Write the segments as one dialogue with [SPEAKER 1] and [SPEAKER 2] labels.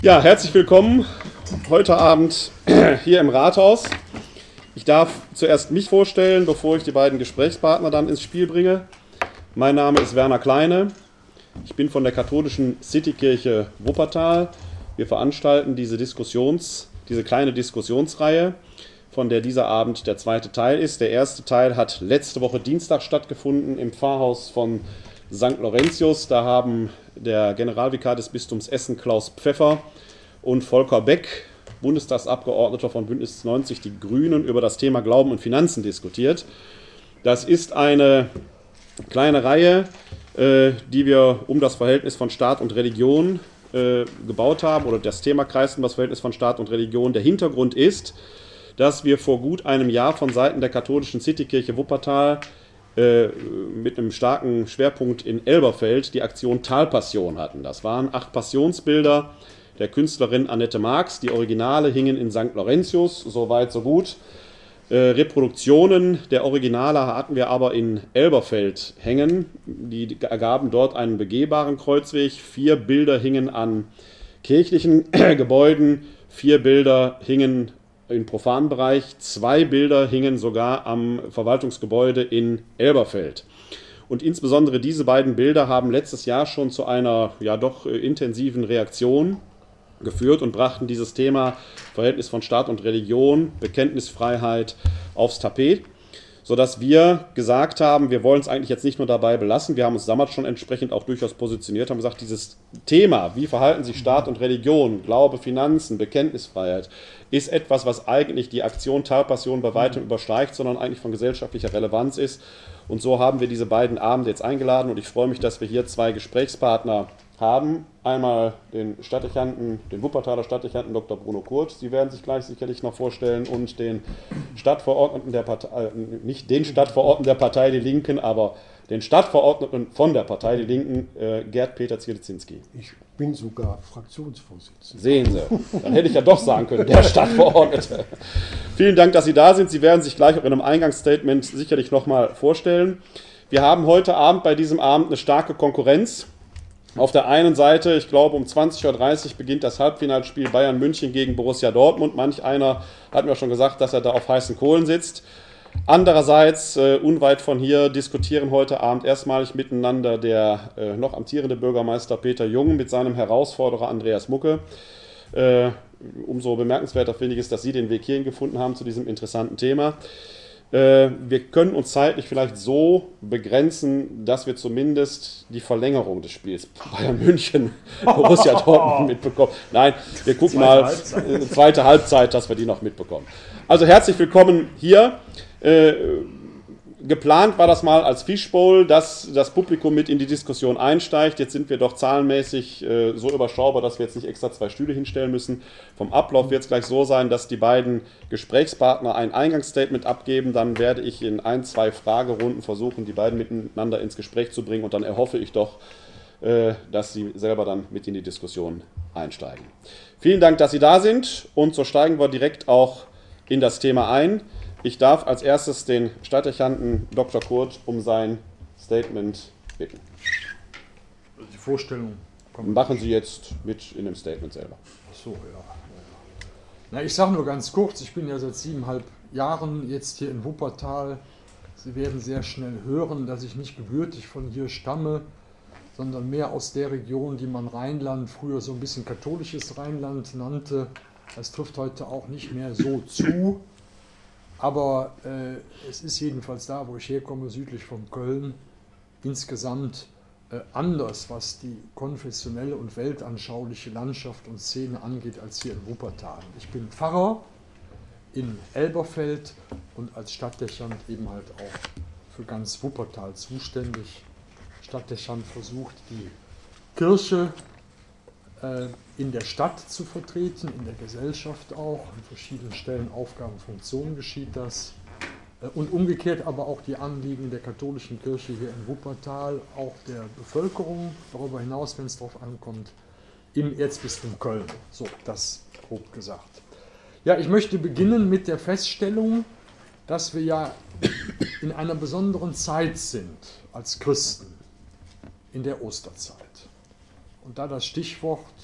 [SPEAKER 1] Ja, herzlich willkommen heute Abend hier im Rathaus. Ich darf zuerst mich vorstellen, bevor ich die beiden Gesprächspartner dann ins Spiel bringe. Mein Name ist Werner Kleine. Ich bin von der katholischen Citykirche Wuppertal. Wir veranstalten diese kleine Diskussionsreihe, von der dieser Abend der zweite Teil ist. Der erste Teil hat letzte Woche Dienstag stattgefunden im Pfarrhaus von St. Laurentius. Da haben der Generalvikar des Bistums Essen, Klaus Pfeffer, und Volker Beck, Bundestagsabgeordneter von Bündnis 90 Die Grünen, über das Thema Glauben und Finanzen diskutiert. Das ist eine kleine Reihe, die wir um das Verhältnis von Staat und Religion gebaut haben, oder das Thema kreist um das Verhältnis von Staat und Religion. Der Hintergrund ist, dass wir vor gut einem Jahr von Seiten der katholischen Citykirche Wuppertal mit einem starken Schwerpunkt in Elberfeld die Aktion Talpassion hatten. Das waren 8 Passionsbilder der Künstlerin Annette Marx. Die Originale hingen in St. Laurentius, so weit, so gut. Reproduktionen der Originale hatten wir aber in Elberfeld hängen. Die ergaben dort einen begehbaren Kreuzweg. 4 Bilder hingen an kirchlichen Gebäuden, 4 Bilder hingen im profanen Bereich, 2 Bilder hingen sogar am Verwaltungsgebäude in Elberfeld. Und insbesondere diese beiden Bilder haben letztes Jahr schon zu einer ja doch intensiven Reaktion geführt und brachten dieses Thema Verhältnis von Staat und Religion, Bekenntnisfreiheit aufs Tapet, sodass wir gesagt haben, wir wollen es eigentlich jetzt nicht nur dabei belassen, wir haben uns damals schon entsprechend auch durchaus positioniert, haben gesagt, dieses Thema, wie verhalten sich Staat und Religion, Glaube, Finanzen, Bekenntnisfreiheit, ist etwas, was eigentlich die Aktion Talpassion bei weitem übersteigt, sondern eigentlich von gesellschaftlicher Relevanz ist. Und so haben wir diese beiden Abende jetzt eingeladen und ich freue mich, dass wir hier 2 Gesprächspartner haben. Einmal den Wuppertaler Stadtdechanten Dr. Bruno Kurt, Sie werden sich gleich sicherlich noch vorstellen, und den Stadtverordneten der Partei, nicht den Stadtverordneten der Partei Die Linken, aber den Stadtverordneten von der Partei Die Linken, Gerd-Peter Zierlezinski.
[SPEAKER 2] Ich bin sogar Fraktionsvorsitzender.
[SPEAKER 1] Sehen Sie, dann hätte ich ja doch sagen können, der Stadtverordnete. Vielen Dank, dass Sie da sind. Sie werden sich gleich auch in einem Eingangsstatement sicherlich nochmal vorstellen. Wir haben heute Abend bei diesem Abend eine starke Konkurrenz. Auf der einen Seite, ich glaube um 20:30 Uhr beginnt das Halbfinalspiel Bayern München gegen Borussia Dortmund. Manch einer hat mir schon gesagt, dass er da auf heißen Kohlen sitzt. Andererseits, unweit von hier, diskutieren heute Abend erstmalig miteinander der noch amtierende Bürgermeister Peter Jung mit seinem Herausforderer Andreas Mucke. Umso bemerkenswerter finde ich es, dass Sie den Weg hierhin gefunden haben zu diesem interessanten Thema. Wir können uns zeitlich vielleicht so begrenzen, dass wir zumindest die Verlängerung des Spiels Bayern München, Borussia Dortmund mitbekommen. Nein, wir gucken mal, zweite Halbzeit, dass wir die noch mitbekommen. Also herzlich willkommen hier. Geplant war das mal als Fishbowl, dass das Publikum mit in die Diskussion einsteigt. Jetzt sind wir doch zahlenmäßig so überschaubar, dass wir jetzt nicht extra 2 Stühle hinstellen müssen. Vom Ablauf wird es gleich so sein, dass die beiden Gesprächspartner ein Eingangsstatement abgeben. Dann werde ich in 1, 2 Fragerunden versuchen, die beiden miteinander ins Gespräch zu bringen. Und dann erhoffe ich doch, dass sie selber dann mit in die Diskussion einsteigen. Vielen Dank, dass Sie da sind. Und so steigen wir direkt auch in das Thema ein. Ich darf als erstes den Stadtdechanten Dr. Kurt um sein Statement bitten.
[SPEAKER 2] Die Vorstellung kommt.
[SPEAKER 1] Machen Sie jetzt mit in dem Statement selber.
[SPEAKER 2] Ach so, ja. Na, ich sage nur ganz kurz, ich bin ja seit 7,5 Jahren jetzt hier in Wuppertal. Sie werden sehr schnell hören, dass ich nicht gebürtig von hier stamme, sondern mehr aus der Region, die man Rheinland, früher so ein bisschen katholisches Rheinland nannte. Das trifft heute auch nicht mehr so zu. Aber es ist jedenfalls da, wo ich herkomme, südlich von Köln, insgesamt anders, was die konfessionelle und weltanschauliche Landschaft und Szene angeht, als hier in Wuppertal. Ich bin Pfarrer in Elberfeld und als Stadtdechant eben halt auch für ganz Wuppertal zuständig. Stadtdechant versucht, die Kirche in der Stadt zu vertreten, in der Gesellschaft auch, an verschiedenen Stellen, Aufgaben, Funktionen geschieht das. Und umgekehrt aber auch die Anliegen der katholischen Kirche hier in Wuppertal, auch der Bevölkerung, darüber hinaus, wenn es darauf ankommt, im Erzbistum Köln. So, das grob gesagt. Ja, ich möchte beginnen mit der Feststellung, dass wir ja in einer besonderen Zeit sind als Christen, in der Osterzeit. Und da das Stichwort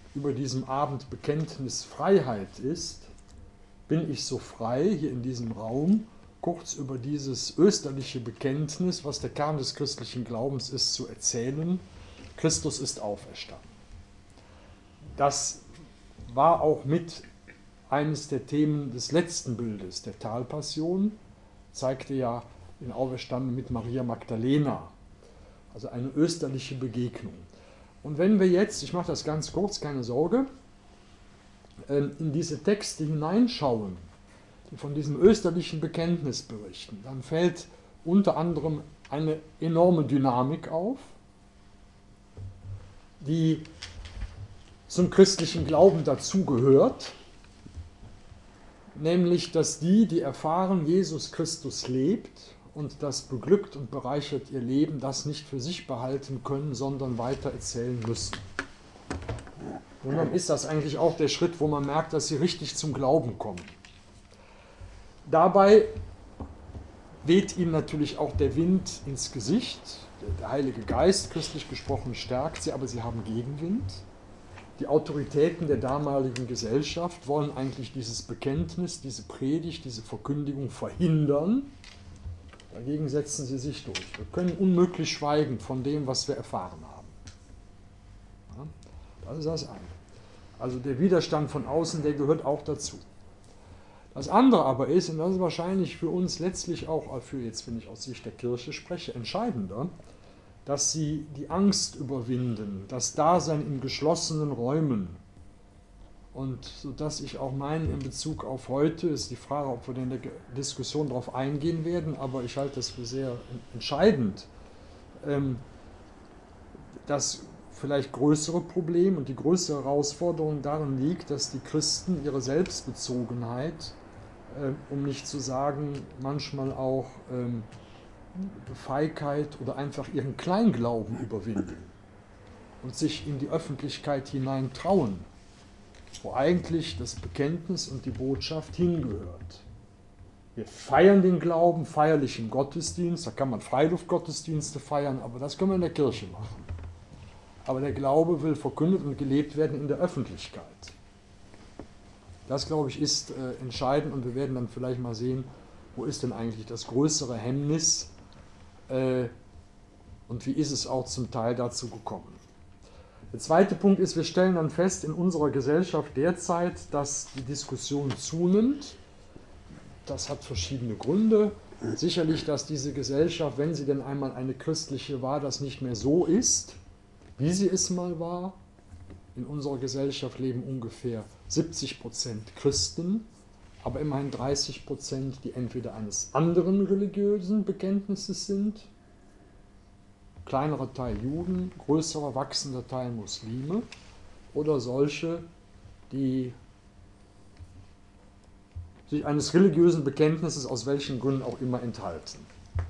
[SPEAKER 2] über diesem Abend Bekenntnisfreiheit ist, bin ich so frei, hier in diesem Raum, kurz über dieses österliche Bekenntnis, was der Kern des christlichen Glaubens ist, zu erzählen. Christus ist auferstanden. Das war auch mit eines der Themen des letzten Bildes, der Talpassion, zeigte ja den Auferstandenen mit Maria Magdalena, also eine österliche Begegnung. Und wenn wir jetzt, ich mache das ganz kurz, keine Sorge, in diese Texte hineinschauen, die von diesem österlichen Bekenntnis berichten, dann fällt unter anderem eine enorme Dynamik auf, die zum christlichen Glauben dazugehört, nämlich, dass die erfahren, Jesus Christus lebt und das beglückt und bereichert ihr Leben, das nicht für sich behalten können, sondern weiter erzählen müssen. Und dann ist das eigentlich auch der Schritt, wo man merkt, dass sie richtig zum Glauben kommen. Dabei weht ihnen natürlich auch der Wind ins Gesicht. Der Heilige Geist, christlich gesprochen, stärkt sie, aber sie haben Gegenwind. Die Autoritäten der damaligen Gesellschaft wollen eigentlich dieses Bekenntnis, diese Predigt, diese Verkündigung verhindern. Dagegen setzen sie sich durch. Wir können unmöglich schweigen von dem, was wir erfahren haben. Ja, das ist das eine. Also der Widerstand von außen, der gehört auch dazu. Das andere aber ist, und das ist wahrscheinlich für uns letztlich auch, für jetzt, wenn ich aus Sicht der Kirche spreche, entscheidender, dass sie die Angst überwinden, das Dasein in geschlossenen Räumen. Und sodass ich auch meine, in Bezug auf heute, ist die Frage, ob wir in der Diskussion darauf eingehen werden, aber ich halte das für sehr entscheidend, das vielleicht größere Problem und die größere Herausforderung darin liegt, dass die Christen ihre Selbstbezogenheit, um nicht zu sagen, manchmal auch Feigheit oder einfach ihren Kleinglauben überwinden und sich in die Öffentlichkeit hinein trauen, wo eigentlich das Bekenntnis und die Botschaft hingehört. Wir feiern den Glauben feierlich im Gottesdienst, da kann man Freiluftgottesdienste feiern, aber das können wir in der Kirche machen. Aber der Glaube will verkündet und gelebt werden in der Öffentlichkeit. Das, glaube ich, ist entscheidend und wir werden dann vielleicht mal sehen, wo ist denn eigentlich das größere Hemmnis und wie ist es auch zum Teil dazu gekommen. Der zweite Punkt ist, wir stellen dann fest in unserer Gesellschaft derzeit, dass die Diskussion zunimmt. Das hat verschiedene Gründe. Sicherlich, dass diese Gesellschaft, wenn sie denn einmal eine christliche war, das nicht mehr so ist, wie sie es mal war. In unserer Gesellschaft leben ungefähr 70% Christen, aber immerhin 30%, die entweder eines anderen religiösen Bekenntnisses sind, kleinerer Teil Juden, größerer, wachsender Teil Muslime, oder solche, die sich eines religiösen Bekenntnisses aus welchen Gründen auch immer enthalten.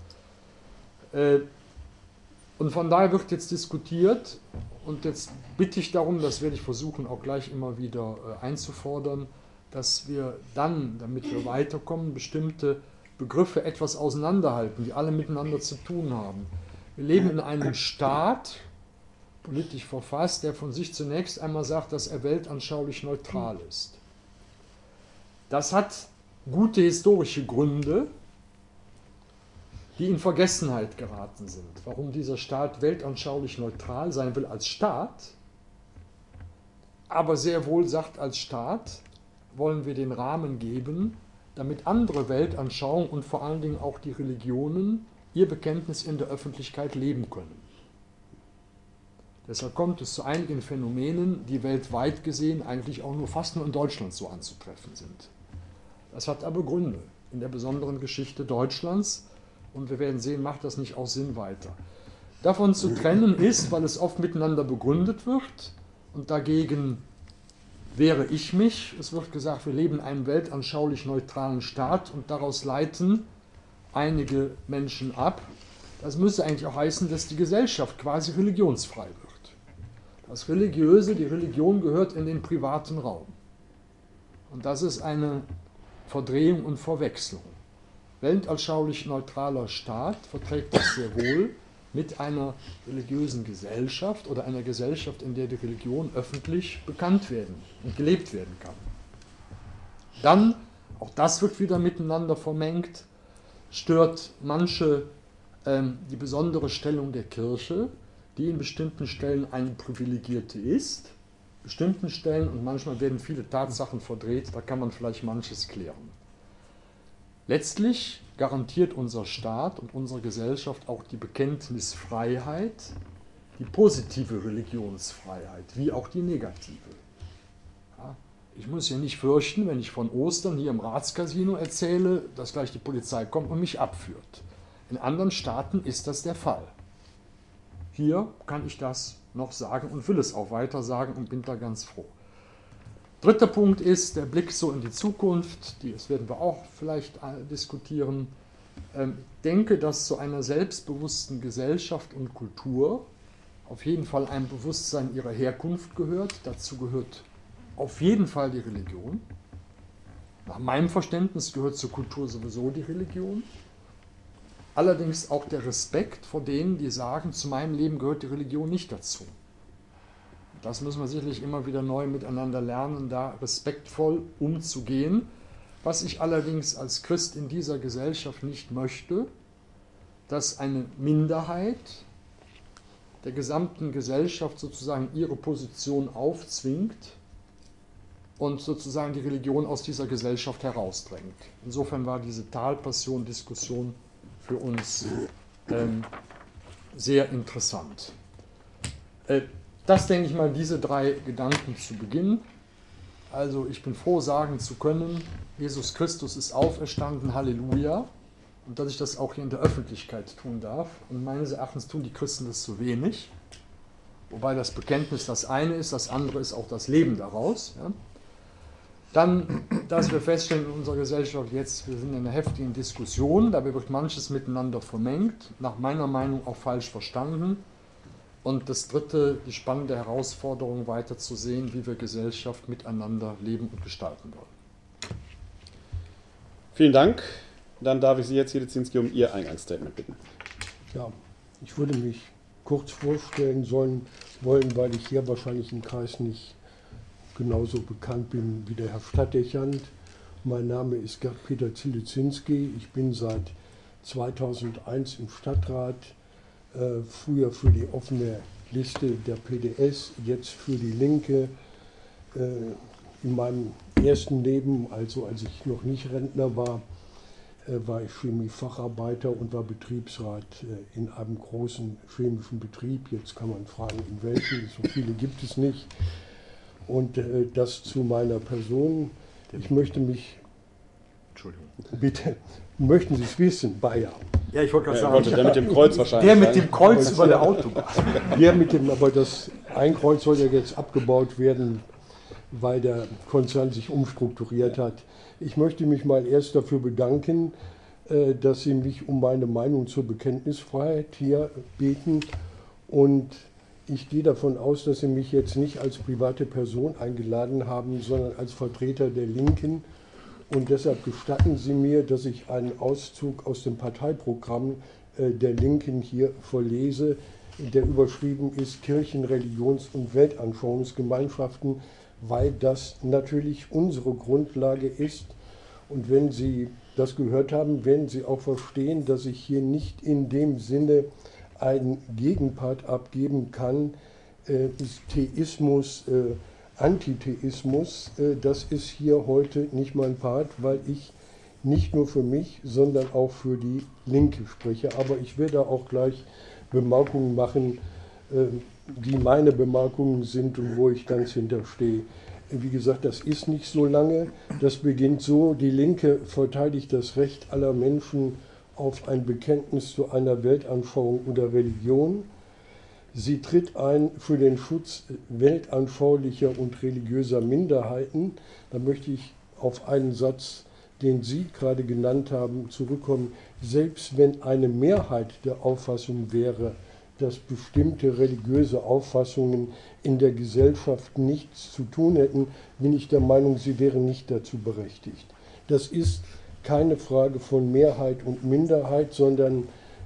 [SPEAKER 2] Und von daher wird jetzt diskutiert, und jetzt bitte ich darum, das werde ich versuchen auch gleich immer wieder einzufordern, dass wir dann, damit wir weiterkommen, bestimmte Begriffe etwas auseinanderhalten, die alle miteinander zu tun haben. Wir leben in einem Staat, politisch verfasst, der von sich zunächst einmal sagt, dass er weltanschaulich neutral ist. Das hat gute historische Gründe, die in Vergessenheit geraten sind. Warum dieser Staat weltanschaulich neutral sein will als Staat, aber sehr wohl sagt, als Staat wollen wir den Rahmen geben, damit andere Weltanschauungen und vor allen Dingen auch die Religionen ihr Bekenntnis in der Öffentlichkeit leben können. Deshalb kommt es zu einigen Phänomenen, die weltweit gesehen eigentlich auch nur fast nur in Deutschland so anzutreffen sind. Das hat aber Gründe in der besonderen Geschichte Deutschlands und wir werden sehen, macht das nicht auch Sinn weiter. Davon zu trennen ist, weil es oft miteinander begründet wird und dagegen wehre ich mich. Es wird gesagt, wir leben in einem weltanschaulich neutralen Staat und daraus leiten einige Menschen ab. Das müsste eigentlich auch heißen, dass die Gesellschaft quasi religionsfrei wird. Das Religiöse, die Religion gehört in den privaten Raum. Und das ist eine Verdrehung und Verwechslung. Weltanschaulich neutraler Staat verträgt das sehr wohl, mit einer religiösen Gesellschaft oder einer Gesellschaft, in der die Religion öffentlich bekannt werden und gelebt werden kann. Dann, auch das wird wieder miteinander vermengt, stört manche die besondere Stellung der Kirche, die in bestimmten Stellen eine privilegierte ist, bestimmten Stellen, und manchmal werden viele Tatsachen verdreht, da kann man vielleicht manches klären. Letztlich garantiert unser Staat und unsere Gesellschaft auch die Bekenntnisfreiheit, die positive Religionsfreiheit, wie auch die negative. Ja, ich muss ja nicht fürchten, wenn ich von Ostern hier im Ratscasino erzähle, dass gleich die Polizei kommt und mich abführt. In anderen Staaten ist das der Fall. Hier kann ich das noch sagen und will es auch weiter sagen und bin da ganz froh. Dritter Punkt ist der Blick so in die Zukunft, das werden wir auch vielleicht diskutieren. Ich denke, dass zu einer selbstbewussten Gesellschaft und Kultur auf jeden Fall ein Bewusstsein ihrer Herkunft gehört. Dazu gehört auf jeden Fall die Religion. Nach meinem Verständnis gehört zur Kultur sowieso die Religion. Allerdings auch der Respekt vor denen, die sagen, zu meinem Leben gehört die Religion nicht dazu. Das müssen wir sicherlich immer wieder neu miteinander lernen, da respektvoll umzugehen. Was ich allerdings als Christ in dieser Gesellschaft nicht möchte, dass eine Minderheit der gesamten Gesellschaft sozusagen ihre Position aufzwingt und sozusagen die Religion aus dieser Gesellschaft herausdrängt. Insofern war diese Talpassion-Diskussion für uns sehr interessant. Das denke ich mal, diese drei Gedanken zu Beginn. Also ich bin froh, sagen zu können, Jesus Christus ist auferstanden, Halleluja. Und dass ich das auch hier in der Öffentlichkeit tun darf. Und meines Erachtens tun die Christen das zu wenig. Wobei das Bekenntnis das eine ist, das andere ist auch das Leben daraus. Ja. Dann, dass wir feststellen in unserer Gesellschaft jetzt, wir sind in einer heftigen Diskussion, dabei wird manches miteinander vermengt, nach meiner Meinung auch falsch verstanden. Und das dritte, die spannende Herausforderung weiter zu sehen, wie wir Gesellschaft miteinander leben und gestalten wollen.
[SPEAKER 1] Vielen Dank. Dann darf ich Sie jetzt, Herr Lizinski, um Ihr Eingangsstatement bitten.
[SPEAKER 3] Ja, ich würde mich kurz vorstellen wollen, weil ich hier wahrscheinlich im Kreis nicht genauso bekannt bin wie der Herr Stadtdechant. Mein Name ist Gerd-Peter Zilizinski. Ich bin seit 2001 im Stadtrat, früher für die offene Liste der PDS, jetzt für die Linke. In meinem ersten Leben, also als ich noch nicht Rentner war, war ich Chemiefacharbeiter und war Betriebsrat in einem großen chemischen Betrieb. Jetzt kann man fragen, in welchem, so viele gibt es nicht. Und das zu meiner Person. Ich möchte mich...
[SPEAKER 2] Entschuldigung.
[SPEAKER 3] Bitte, möchten Sie es wissen? Bayer.
[SPEAKER 2] Ja, ich wollte gerade sagen.
[SPEAKER 1] Der mit dem Kreuz wahrscheinlich.
[SPEAKER 2] Der mit dem Kreuz über der Autobahn.
[SPEAKER 3] Der mit dem, aber das ein Kreuz soll ja jetzt abgebaut werden, weil der Konzern sich umstrukturiert hat. Ich möchte mich mal erst dafür bedanken, dass Sie mich um meine Meinung zur Bekenntnisfreiheit hier beten. Und ich gehe davon aus, dass Sie mich jetzt nicht als private Person eingeladen haben, sondern als Vertreter der Linken. Und deshalb gestatten Sie mir, dass ich einen Auszug aus dem Parteiprogramm der Linken hier vorlese, der überschrieben ist Kirchen-, Religions- und Weltanschauungsgemeinschaften, weil das natürlich unsere Grundlage ist. Und wenn Sie das gehört haben, werden Sie auch verstehen, dass ich hier nicht in dem Sinne einen Gegenpart abgeben kann, Theismus, Antitheismus. Das ist hier heute nicht mein Part, weil ich nicht nur für mich, sondern auch für die Linke spreche. Aber ich werde auch gleich Bemerkungen machen, die meine Bemerkungen sind und wo ich ganz hinterstehe. Wie gesagt, das ist nicht so lange. Das beginnt so: Die Linke verteidigt das Recht aller Menschen auf ein Bekenntnis zu einer Weltanschauung oder Religion. Sie tritt ein für den Schutz weltanschaulicher und religiöser Minderheiten. Da möchte ich auf einen Satz, den Sie gerade genannt haben, zurückkommen. Selbst wenn eine Mehrheit der Auffassung wäre, dass bestimmte religiöse Auffassungen in der Gesellschaft nichts zu tun hätten, bin ich der Meinung, sie wären nicht dazu berechtigt. Das ist keine Frage von Mehrheit und Minderheit, sondern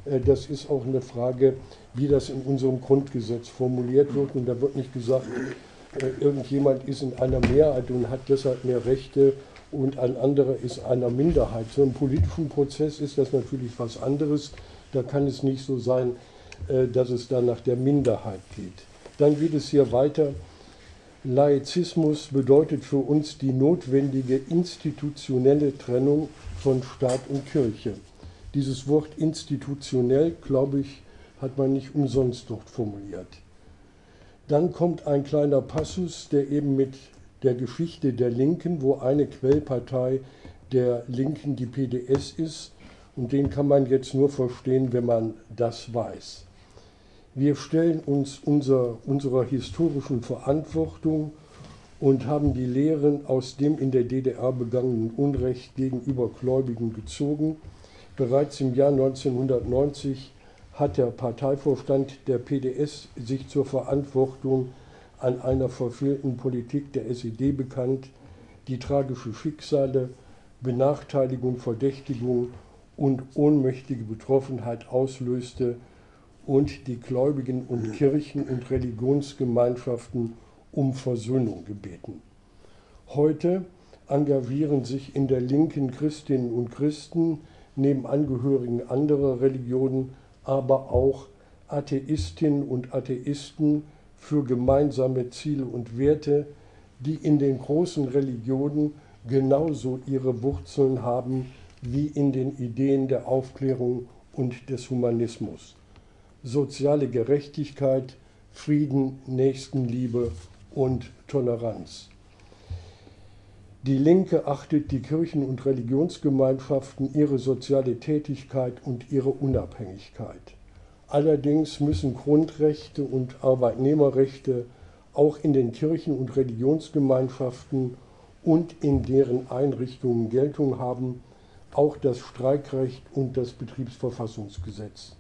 [SPEAKER 3] Das ist auch eine Frage, wie das in unserem Grundgesetz formuliert wird. Und da wird nicht gesagt, irgendjemand ist in einer Mehrheit und hat deshalb mehr Rechte und ein anderer ist einer Minderheit. So im politischen Prozess ist das natürlich was anderes. Da kann es nicht so sein, dass es dann nach der Minderheit geht. Dann geht es hier weiter. Laizismus bedeutet für uns die notwendige institutionelle Trennung von Staat und Kirche. Dieses Wort institutionell, glaube ich, hat man nicht umsonst dort formuliert. Dann kommt ein kleiner Passus, der eben mit der Geschichte der Linken, wo eine Quellpartei der Linken die PDS ist, und den kann man jetzt nur verstehen, wenn man das weiß. Wir stellen uns unserer historischen Verantwortung und haben die Lehren aus dem in der DDR begangenen Unrecht gegenüber Gläubigen gezogen. Bereits im Jahr 1990 hat der Parteivorstand der PDS sich zur Verantwortung an einer verfehlten Politik der SED bekannt, die tragische Schicksale, Benachteiligung, Verdächtigung und ohnmächtige Betroffenheit auslöste und die Gläubigen und Kirchen- und Religionsgemeinschaften um Versöhnung gebeten. Heute engagieren sich in der Linken Christinnen und Christen neben Angehörigen anderer Religionen, aber auch Atheistinnen und Atheisten für gemeinsame Ziele und Werte, die in den großen Religionen genauso ihre Wurzeln haben wie in den Ideen der Aufklärung und des Humanismus. Soziale Gerechtigkeit, Frieden, Nächstenliebe und Toleranz. Die Linke achtet die Kirchen- und Religionsgemeinschaften, ihre soziale Tätigkeit und ihre Unabhängigkeit. Allerdings müssen Grundrechte und Arbeitnehmerrechte auch in den Kirchen- und Religionsgemeinschaften und in deren Einrichtungen Geltung haben, auch das Streikrecht und das Betriebsverfassungsgesetz.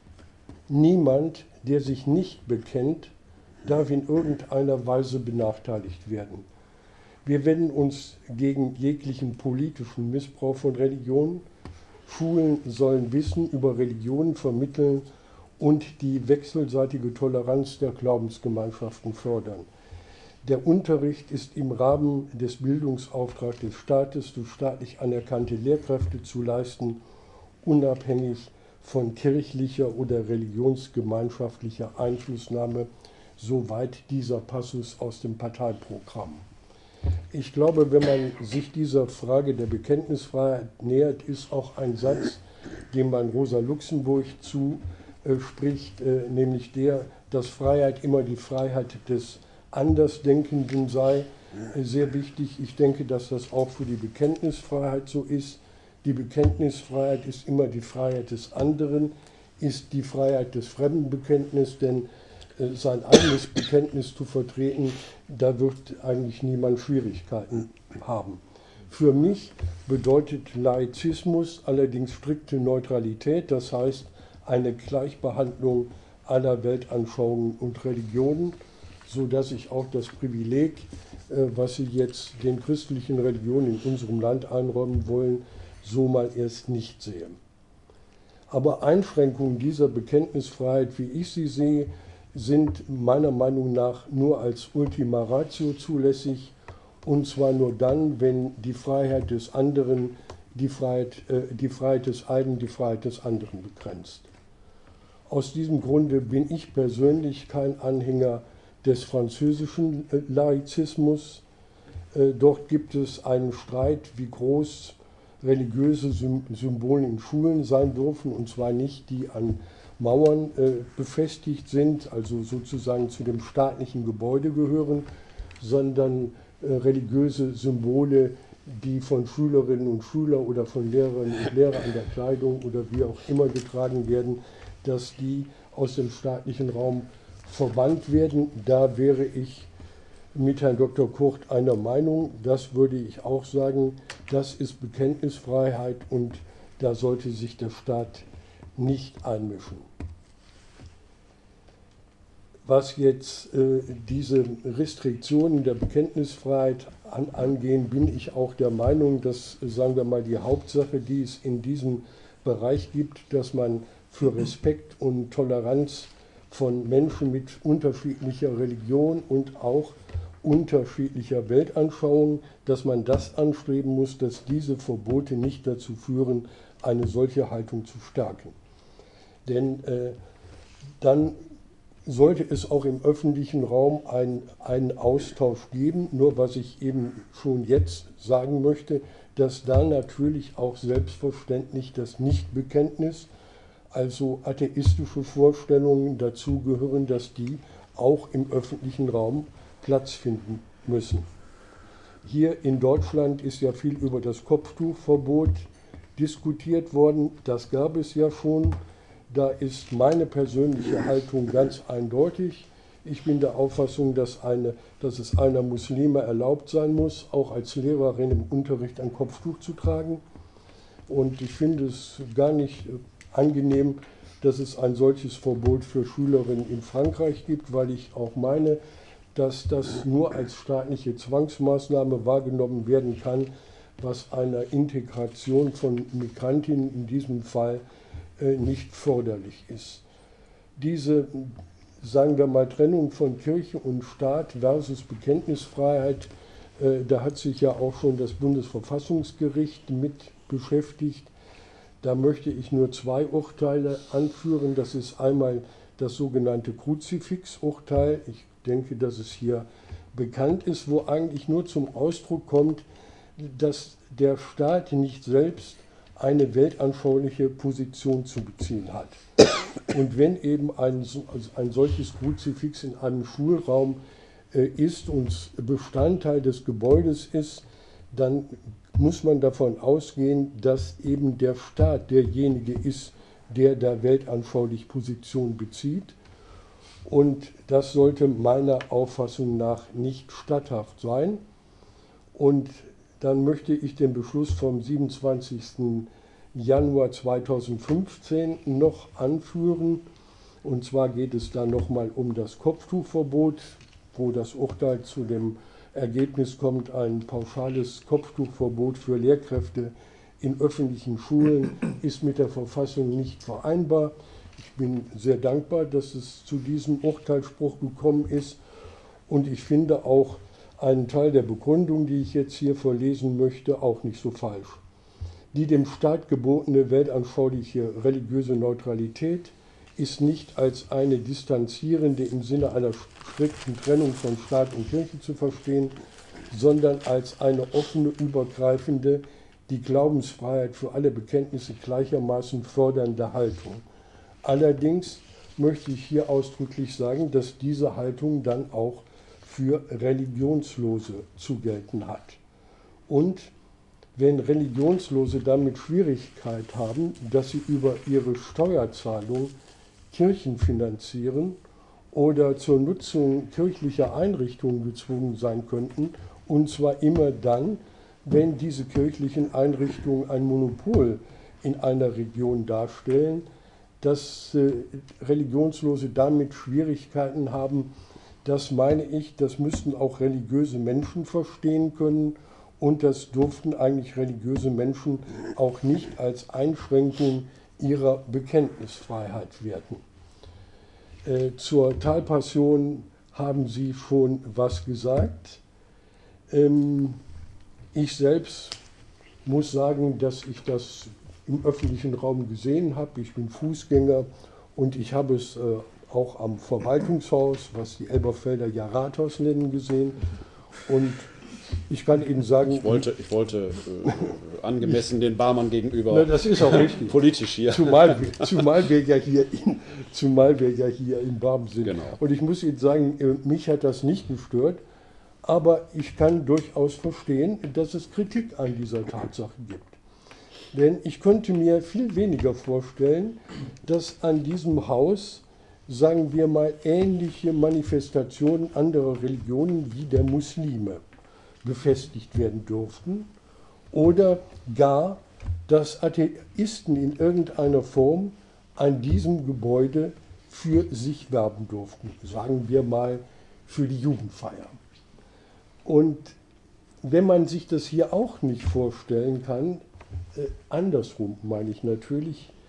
[SPEAKER 3] Niemand, der sich nicht bekennt, darf in irgendeiner Weise benachteiligt werden. Wir wenden uns gegen jeglichen politischen Missbrauch von Religionen. Schulen sollen Wissen über Religionen vermitteln und die wechselseitige Toleranz der Glaubensgemeinschaften fördern. Der Unterricht ist im Rahmen des Bildungsauftrags des Staates durch staatlich anerkannte Lehrkräfte zu leisten, unabhängig von kirchlicher oder religionsgemeinschaftlicher Einflussnahme, soweit dieser Passus aus dem Parteiprogramm. Ich glaube, wenn man sich dieser Frage der Bekenntnisfreiheit nähert, ist auch ein Satz, dem man Rosa Luxemburg zuspricht, nämlich der, dass Freiheit immer die Freiheit des Andersdenkenden sei, sehr wichtig. Ich denke, dass das auch für die Bekenntnisfreiheit so ist. Die Bekenntnisfreiheit ist immer die Freiheit des anderen, ist die Freiheit des Fremdenbekenntnisses, denn sein eigenes Bekenntnis zu vertreten, da wird eigentlich niemand Schwierigkeiten haben. Für mich bedeutet Laizismus allerdings strikte Neutralität, das heißt eine Gleichbehandlung aller Weltanschauungen und Religionen, sodass ich auch das Privileg, was Sie jetzt den christlichen Religionen in unserem Land einräumen wollen, so mal erst nicht sehe. Aber Einschränkungen dieser Bekenntnisfreiheit, wie ich sie sehe, sind meiner Meinung nach nur als Ultima Ratio zulässig, und zwar nur dann, wenn die Freiheit des anderen, die Freiheit des einen, die Freiheit des anderen begrenzt. Aus diesem Grunde bin ich persönlich kein Anhänger des französischen Laizismus. Dort gibt es einen Streit, wie groß religiöse Symbole in Schulen sein dürfen, und zwar nicht die an Mauern befestigt sind, also sozusagen zu dem staatlichen Gebäude gehören, sondern religiöse Symbole, die von Schülerinnen und Schülern oder von Lehrerinnen und Lehrern an der Kleidung oder wie auch immer getragen werden, dass die aus dem staatlichen Raum verbannt werden. Da wäre ich mit Herrn Dr. Kurt einer Meinung. Das würde ich auch sagen. Das ist Bekenntnisfreiheit und da sollte sich der Staat nicht einmischen. Was jetzt diese Restriktionen der Bekenntnisfreiheit angehen, bin ich auch der Meinung, dass, sagen wir mal, die Hauptsache, die es in diesem Bereich gibt, dass man für Respekt und Toleranz von Menschen mit unterschiedlicher Religion und auch unterschiedlicher Weltanschauung, dass man das anstreben muss, dass diese Verbote nicht dazu führen, eine solche Haltung zu stärken. Denn dann sollte es auch im öffentlichen Raum einen Austausch geben. Nur was ich eben schon jetzt sagen möchte, dass da natürlich auch selbstverständlich das Nichtbekenntnis, also atheistische Vorstellungen dazugehören, dass die auch im öffentlichen Raum Platz finden müssen. Hier in Deutschland ist ja viel über das Kopftuchverbot diskutiert worden. Das gab es ja schon. Da ist meine persönliche Haltung ganz eindeutig. Ich bin der Auffassung, dass es einer Muslime erlaubt sein muss, auch als Lehrerin im Unterricht ein Kopftuch zu tragen. Und ich finde es gar nicht angenehm, dass es ein solches Verbot für Schülerinnen in Frankreich gibt, weil ich auch meine, dass das nur als staatliche Zwangsmaßnahme wahrgenommen werden kann, was einer Integration von Migrantinnen in diesem Fall nicht förderlich ist. Diese, sagen wir mal, Trennung von Kirche und Staat versus Bekenntnisfreiheit, da hat sich ja auch schon das Bundesverfassungsgericht mit beschäftigt. Da möchte ich nur zwei Urteile anführen. Das ist einmal das sogenannte Kruzifix-Urteil. Ich denke, dass es hier bekannt ist, wo eigentlich nur zum Ausdruck kommt, dass der Staat nicht selbst eine weltanschauliche Position zu beziehen hat. Und wenn eben ein solches Kruzifix in einem Schulraum ist und Bestandteil des Gebäudes ist, dann muss man davon ausgehen, dass eben der Staat derjenige ist, der da weltanschaulich Position bezieht. Und das sollte meiner Auffassung nach nicht statthaft sein. Und dann möchte ich den Beschluss vom 27. Januar 2015 noch anführen. Und zwar geht es da nochmal um das Kopftuchverbot, wo das Urteil zu dem Ergebnis kommt, ein pauschales Kopftuchverbot für Lehrkräfte in öffentlichen Schulen ist mit der Verfassung nicht vereinbar. Ich bin sehr dankbar, dass es zu diesem Urteilsspruch gekommen ist. Und ich finde auch einen Teil der Begründung, die ich jetzt hier vorlesen möchte, auch nicht so falsch. Die dem Staat gebotene weltanschauliche religiöse Neutralität ist nicht als eine distanzierende im Sinne einer strikten Trennung von Staat und Kirche zu verstehen, sondern als eine offene, übergreifende, die Glaubensfreiheit für alle Bekenntnisse gleichermaßen fördernde Haltung. Allerdings möchte ich hier ausdrücklich sagen, dass diese Haltung dann auch für Religionslose zu gelten hat. Und wenn Religionslose damit Schwierigkeit haben, dass sie über ihre Steuerzahlung Kirchen finanzieren oder zur Nutzung kirchlicher Einrichtungen gezwungen sein könnten, und zwar immer dann, wenn diese kirchlichen Einrichtungen ein Monopol in einer Region darstellen, dass Religionslose damit Schwierigkeiten haben, das meine ich, das müssten auch religiöse Menschen verstehen können und das durften eigentlich religiöse Menschen auch nicht als Einschränkung ihrer Bekenntnisfreiheit werten. Zur Talpassion haben Sie schon was gesagt. Ich selbst muss sagen, dass ich das im öffentlichen Raum gesehen habe. Ich bin Fußgänger und ich habe es auch am Verwaltungshaus, was die Elberfelder ja Rathaus nennen, gesehen. Und ich kann Ihnen sagen...
[SPEAKER 1] Ich wollte angemessen den Barmann gegenüber...
[SPEAKER 3] Na, das ist auch richtig.
[SPEAKER 1] Politisch hier.
[SPEAKER 3] Zumal wir ja hier in Barmen sind.
[SPEAKER 1] Genau.
[SPEAKER 3] Und ich muss Ihnen sagen, mich hat das nicht gestört. Aber ich kann durchaus verstehen, dass es Kritik an dieser Tatsache gibt. Denn ich könnte mir viel weniger vorstellen, dass an diesem Haus, sagen wir mal, ähnliche Manifestationen anderer Religionen wie der Muslime befestigt werden dürften oder gar, dass Atheisten in irgendeiner Form an diesem Gebäude für sich werben durften, sagen wir mal für die Jugendfeier. Und wenn man sich das hier auch nicht vorstellen kann, andersrum meine ich natürlich,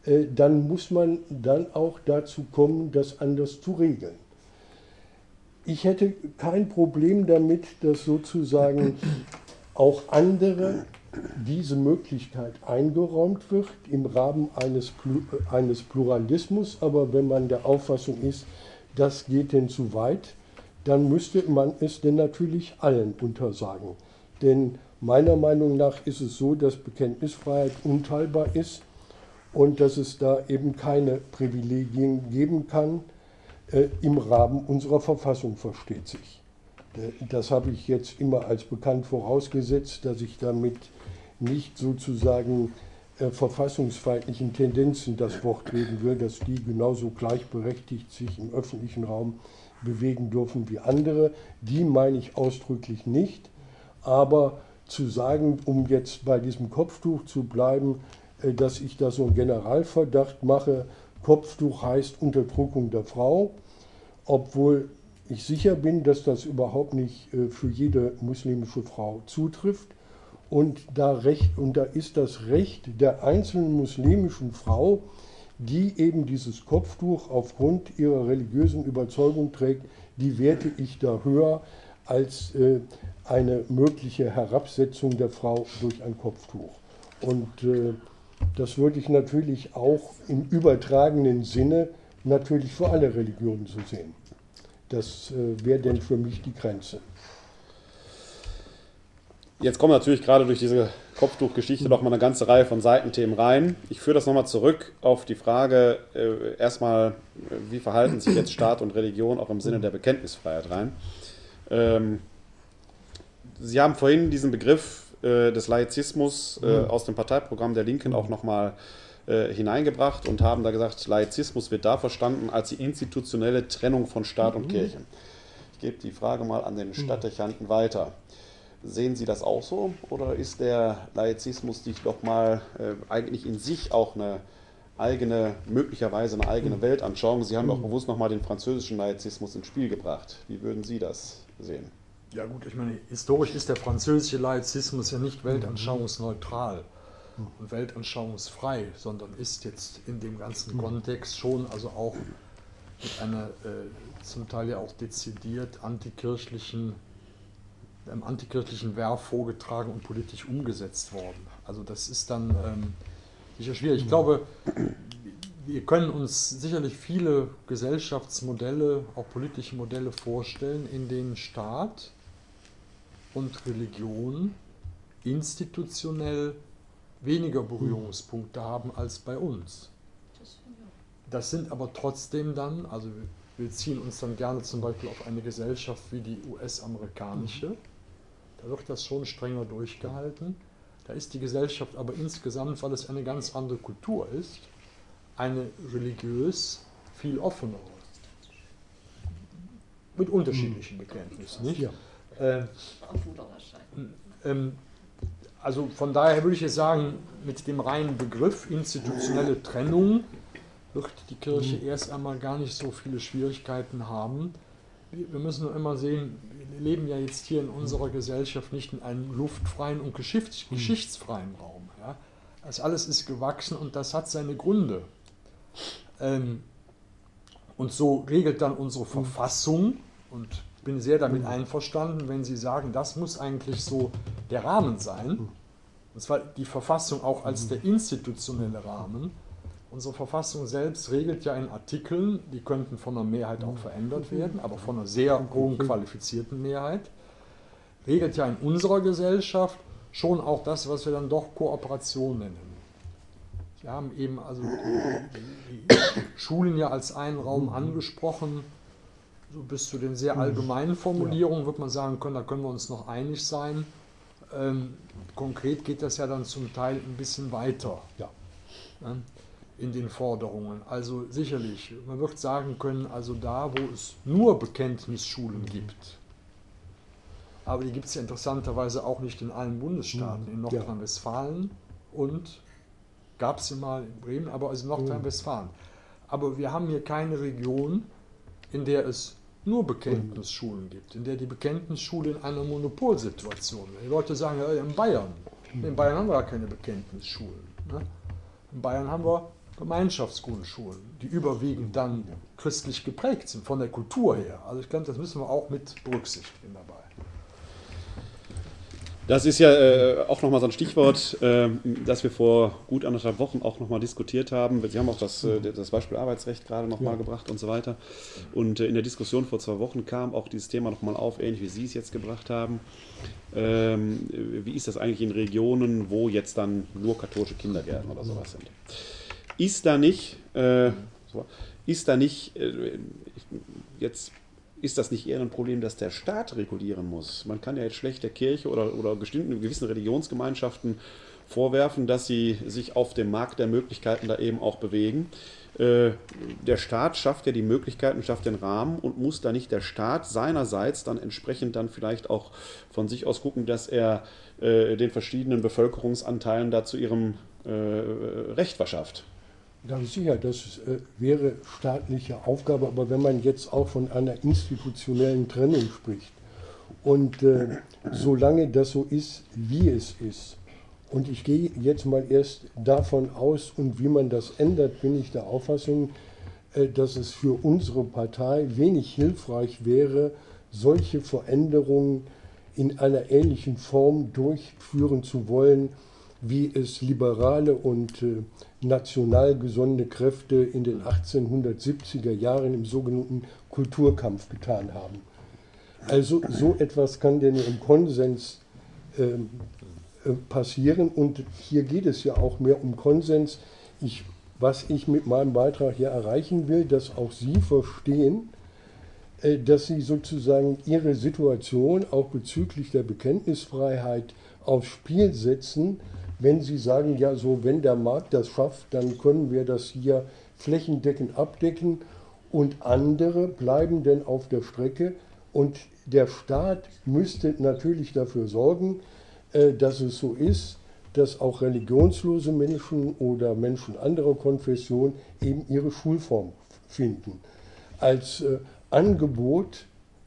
[SPEAKER 3] dann muss man dann auch dazu kommen, das anders zu regeln. Ich hätte kein Problem damit, dass sozusagen auch andere diese Möglichkeit eingeräumt wird im Rahmen eines Pluralismus, aber wenn man der Auffassung ist, das geht denn zu weit, dann müsste man es denn natürlich allen untersagen. Denn meiner Meinung nach ist es so, dass Bekenntnisfreiheit unteilbar ist und dass es da eben keine Privilegien geben kann, im Rahmen unserer Verfassung, versteht sich. Das habe ich jetzt immer als bekannt vorausgesetzt, dass ich damit nicht sozusagen verfassungsfeindlichen Tendenzen das Wort reden will, dass die genauso gleichberechtigt sich im öffentlichen Raum bewegen dürfen wie andere. Die meine ich ausdrücklich nicht. Aber zu sagen, um jetzt bei diesem Kopftuch zu bleiben, dass ich da so einen Generalverdacht mache, Kopftuch heißt Unterdrückung der Frau, obwohl ich sicher bin, dass das überhaupt nicht für jede muslimische Frau zutrifft. Und da ist das Recht der einzelnen muslimischen Frau, die eben dieses Kopftuch aufgrund ihrer religiösen Überzeugung trägt, die werte ich da höher als eine mögliche Herabsetzung der Frau durch ein Kopftuch. Und das würde ich natürlich auch im übertragenen Sinne natürlich für alle Religionen so sehen. Das wäre denn für mich die Grenze.
[SPEAKER 1] Jetzt kommen natürlich gerade durch diese Kopftuchgeschichte noch mal eine ganze Reihe von Seitenthemen rein. Ich führe das nochmal zurück auf die Frage, erstmal, wie verhalten sich jetzt Staat und Religion auch im Sinne der Bekenntnisfreiheit rein? Sie haben vorhin diesen Begriff des Laizismus aus dem Parteiprogramm der Linken auch nochmal hineingebracht und haben da gesagt, Laizismus wird da verstanden als die institutionelle Trennung von Staat und Kirche. Ich gebe die Frage mal an den Stadtdechanten weiter. Sehen Sie das auch so oder ist der Laizismus nicht doch mal eigentlich in sich auch eine eigene, möglicherweise eine eigene Weltanschauung? Sie haben auch bewusst nochmal den französischen Laizismus ins Spiel gebracht. Wie würden Sie das sehen?
[SPEAKER 2] Ja gut, ich meine, historisch ist der französische Laizismus ja nicht weltanschauungsneutral und weltanschauungsfrei, sondern ist jetzt in dem ganzen Kontext schon also auch mit einer zum Teil ja auch dezidiert antikirchlichen Verb vorgetragen und politisch umgesetzt worden. Also das ist dann sicher schwierig. Ich glaube, wir können uns sicherlich viele Gesellschaftsmodelle, auch politische Modelle vorstellen, in denen Staat und Religion institutionell weniger Berührungspunkte haben als bei uns. Das sind aber trotzdem dann, also wir ziehen uns dann gerne zum Beispiel auf eine Gesellschaft wie die US-amerikanische, da wird das schon strenger durchgehalten. Da ist die Gesellschaft aber insgesamt, weil es eine ganz andere Kultur ist, eine religiös viel offenere. Mit unterschiedlichen Bekenntnissen, nicht?
[SPEAKER 3] Ja.
[SPEAKER 2] Also von daher würde ich jetzt sagen, mit dem reinen Begriff institutionelle Trennung wird die Kirche erst einmal gar nicht so viele Schwierigkeiten haben. Wir müssen nur immer sehen, wir leben ja jetzt hier in unserer Gesellschaft nicht in einem luftfreien und geschichtsfreien Raum. Ja? Das alles ist gewachsen und das hat seine Gründe. Und so regelt dann unsere Verfassung, und ich bin sehr damit einverstanden, wenn Sie sagen, das muss eigentlich so der Rahmen sein, und zwar die Verfassung auch als der institutionelle Rahmen. Unsere Verfassung selbst regelt ja in Artikeln, die könnten von einer Mehrheit auch verändert werden, aber von einer sehr hohen qualifizierten Mehrheit, regelt ja in unserer Gesellschaft schon auch das, was wir dann doch Kooperation nennen. Sie haben eben also die Schulen ja als einen Raum angesprochen. So bis zu den sehr allgemeinen Formulierungen wird man sagen können, da können wir uns noch einig sein. Konkret geht das ja dann zum Teil ein bisschen weiter.
[SPEAKER 3] Ja.
[SPEAKER 2] In den Forderungen. Also sicherlich, man wird sagen können, also da, wo es nur Bekenntnisschulen gibt, aber die gibt es ja interessanterweise auch nicht in allen Bundesstaaten, in Nordrhein-Westfalen und gab es ja mal in Bremen, aber also in Nordrhein-Westfalen. Aber wir haben hier keine Region, in der es nur Bekenntnisschulen gibt, in der die Bekenntnisschule in einer Monopolsituation ist. Die Leute sagen, ja, in Bayern haben wir ja keine Bekenntnisschulen. Ne? In Bayern haben wir Gemeinschaftsgrundschulen, die überwiegend dann christlich geprägt sind, von der Kultur her. Also ich glaube, das müssen wir auch mit berücksichtigen dabei.
[SPEAKER 1] Das ist ja auch nochmal so ein Stichwort, das wir vor gut 1,5 Wochen auch nochmal diskutiert haben. Sie haben auch das Beispiel Arbeitsrecht gerade nochmal gebracht und so weiter. Und in der Diskussion vor 2 Wochen kam auch dieses Thema nochmal auf, ähnlich wie Sie es jetzt gebracht haben. Wie ist das eigentlich in Regionen, wo jetzt dann nur katholische Kindergärten oder sowas sind? Ist da nicht das nicht eher ein Problem, dass der Staat regulieren muss? Man kann ja jetzt schlecht der Kirche oder gewissen Religionsgemeinschaften vorwerfen, dass sie sich auf dem Markt der Möglichkeiten da eben auch bewegen. Der Staat schafft ja die Möglichkeiten, schafft den Rahmen, und muss da nicht der Staat seinerseits dann entsprechend dann vielleicht auch von sich aus gucken, dass er den verschiedenen Bevölkerungsanteilen da zu ihrem Recht verschafft?
[SPEAKER 3] Ganz sicher, das wäre staatliche Aufgabe, aber wenn man jetzt auch von einer institutionellen Trennung spricht und solange das so ist, wie es ist, und ich gehe jetzt mal erst davon aus, und wie man das ändert, bin ich der Auffassung, dass es für unsere Partei wenig hilfreich wäre, solche Veränderungen in einer ähnlichen Form durchführen zu wollen, wie es liberale und national gesonnene Kräfte in den 1870er Jahren im sogenannten Kulturkampf getan haben. Also so etwas kann denn im Konsens passieren, und hier geht es ja auch mehr um Konsens. Was ich mit meinem Beitrag hier erreichen will, dass auch Sie verstehen, dass Sie sozusagen Ihre Situation auch bezüglich der Bekenntnisfreiheit aufs Spiel setzen, wenn Sie sagen, ja, so wenn der Markt das schafft, dann können wir das hier flächendeckend abdecken, und andere bleiben dann auf der Strecke, und der Staat müsste natürlich dafür sorgen, dass es so ist, dass auch religionslose Menschen oder Menschen anderer Konfession eben ihre Schulform finden. Als Angebot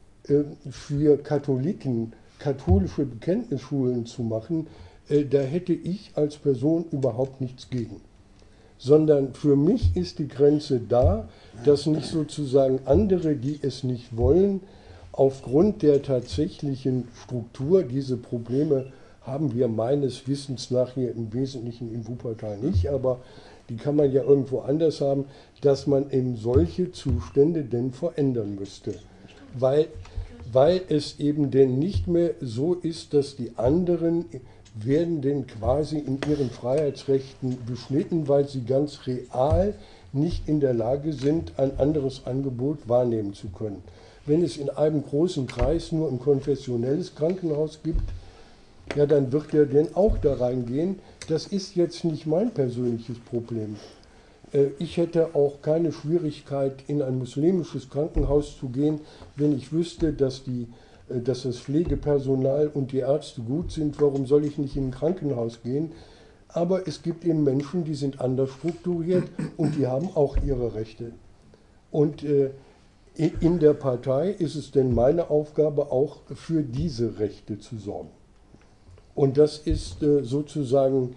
[SPEAKER 3] für Katholiken katholische Bekenntnisschulen zu machen, da hätte ich als Person überhaupt nichts gegen. Sondern für mich ist die Grenze da, dass nicht sozusagen andere, die es nicht wollen, aufgrund der tatsächlichen Struktur, diese Probleme haben wir meines Wissens nach hier im Wesentlichen in Wuppertal nicht, aber die kann man ja irgendwo anders haben, dass man eben solche Zustände denn verändern müsste. Weil es eben denn nicht mehr so ist, dass die anderen werden denn quasi in ihren Freiheitsrechten beschnitten, weil sie ganz real nicht in der Lage sind, ein anderes Angebot wahrnehmen zu können. Wenn es in einem großen Kreis nur ein konfessionelles Krankenhaus gibt, ja, dann wird er denn auch da reingehen. Das ist jetzt nicht mein persönliches Problem. Ich hätte auch keine Schwierigkeit, in ein muslimisches Krankenhaus zu gehen, wenn ich wüsste, dass das Pflegepersonal und die Ärzte gut sind. Warum soll ich nicht in ein Krankenhaus gehen? Aber es gibt eben Menschen, die sind anders strukturiert und die haben auch ihre Rechte. Und in der Partei ist es denn meine Aufgabe, auch für diese Rechte zu sorgen. Und das ist sozusagen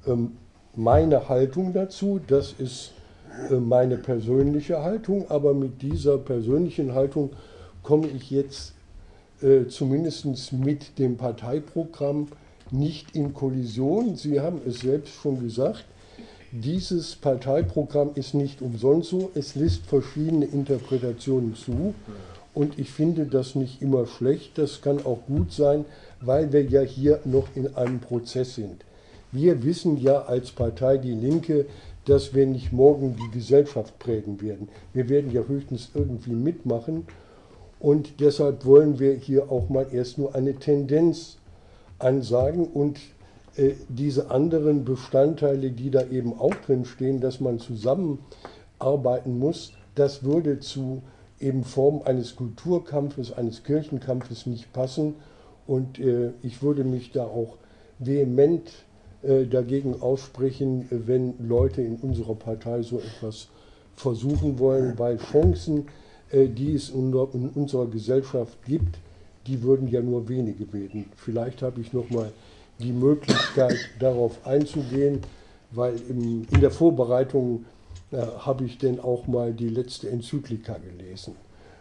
[SPEAKER 3] meine Haltung dazu, das ist meine persönliche Haltung, aber mit dieser persönlichen Haltung komme ich jetzt zumindest mit dem Parteiprogramm nicht in Kollision. Sie haben es selbst schon gesagt, dieses Parteiprogramm ist nicht umsonst so, es lässt verschiedene Interpretationen zu, und ich finde das nicht immer schlecht, das kann auch gut sein, weil wir ja hier noch in einem Prozess sind. Wir wissen ja als Partei Die Linke, dass wir nicht morgen die Gesellschaft prägen werden. Wir werden ja höchstens irgendwie mitmachen, und deshalb wollen wir hier auch mal erst nur eine Tendenz ansagen, und diese anderen Bestandteile, die da eben auch drin stehen, dass man zusammenarbeiten muss, das würde zu eben Form eines Kulturkampfes, eines Kirchenkampfes nicht passen, und ich würde mich da auch vehement dagegen aussprechen, wenn Leute in unserer Partei so etwas versuchen wollen, weil Chancen, die es in unserer Gesellschaft gibt, die würden ja nur wenige werden. Vielleicht habe ich noch mal die Möglichkeit, darauf einzugehen, weil in der Vorbereitung habe ich denn auch mal die letzte Enzyklika gelesen.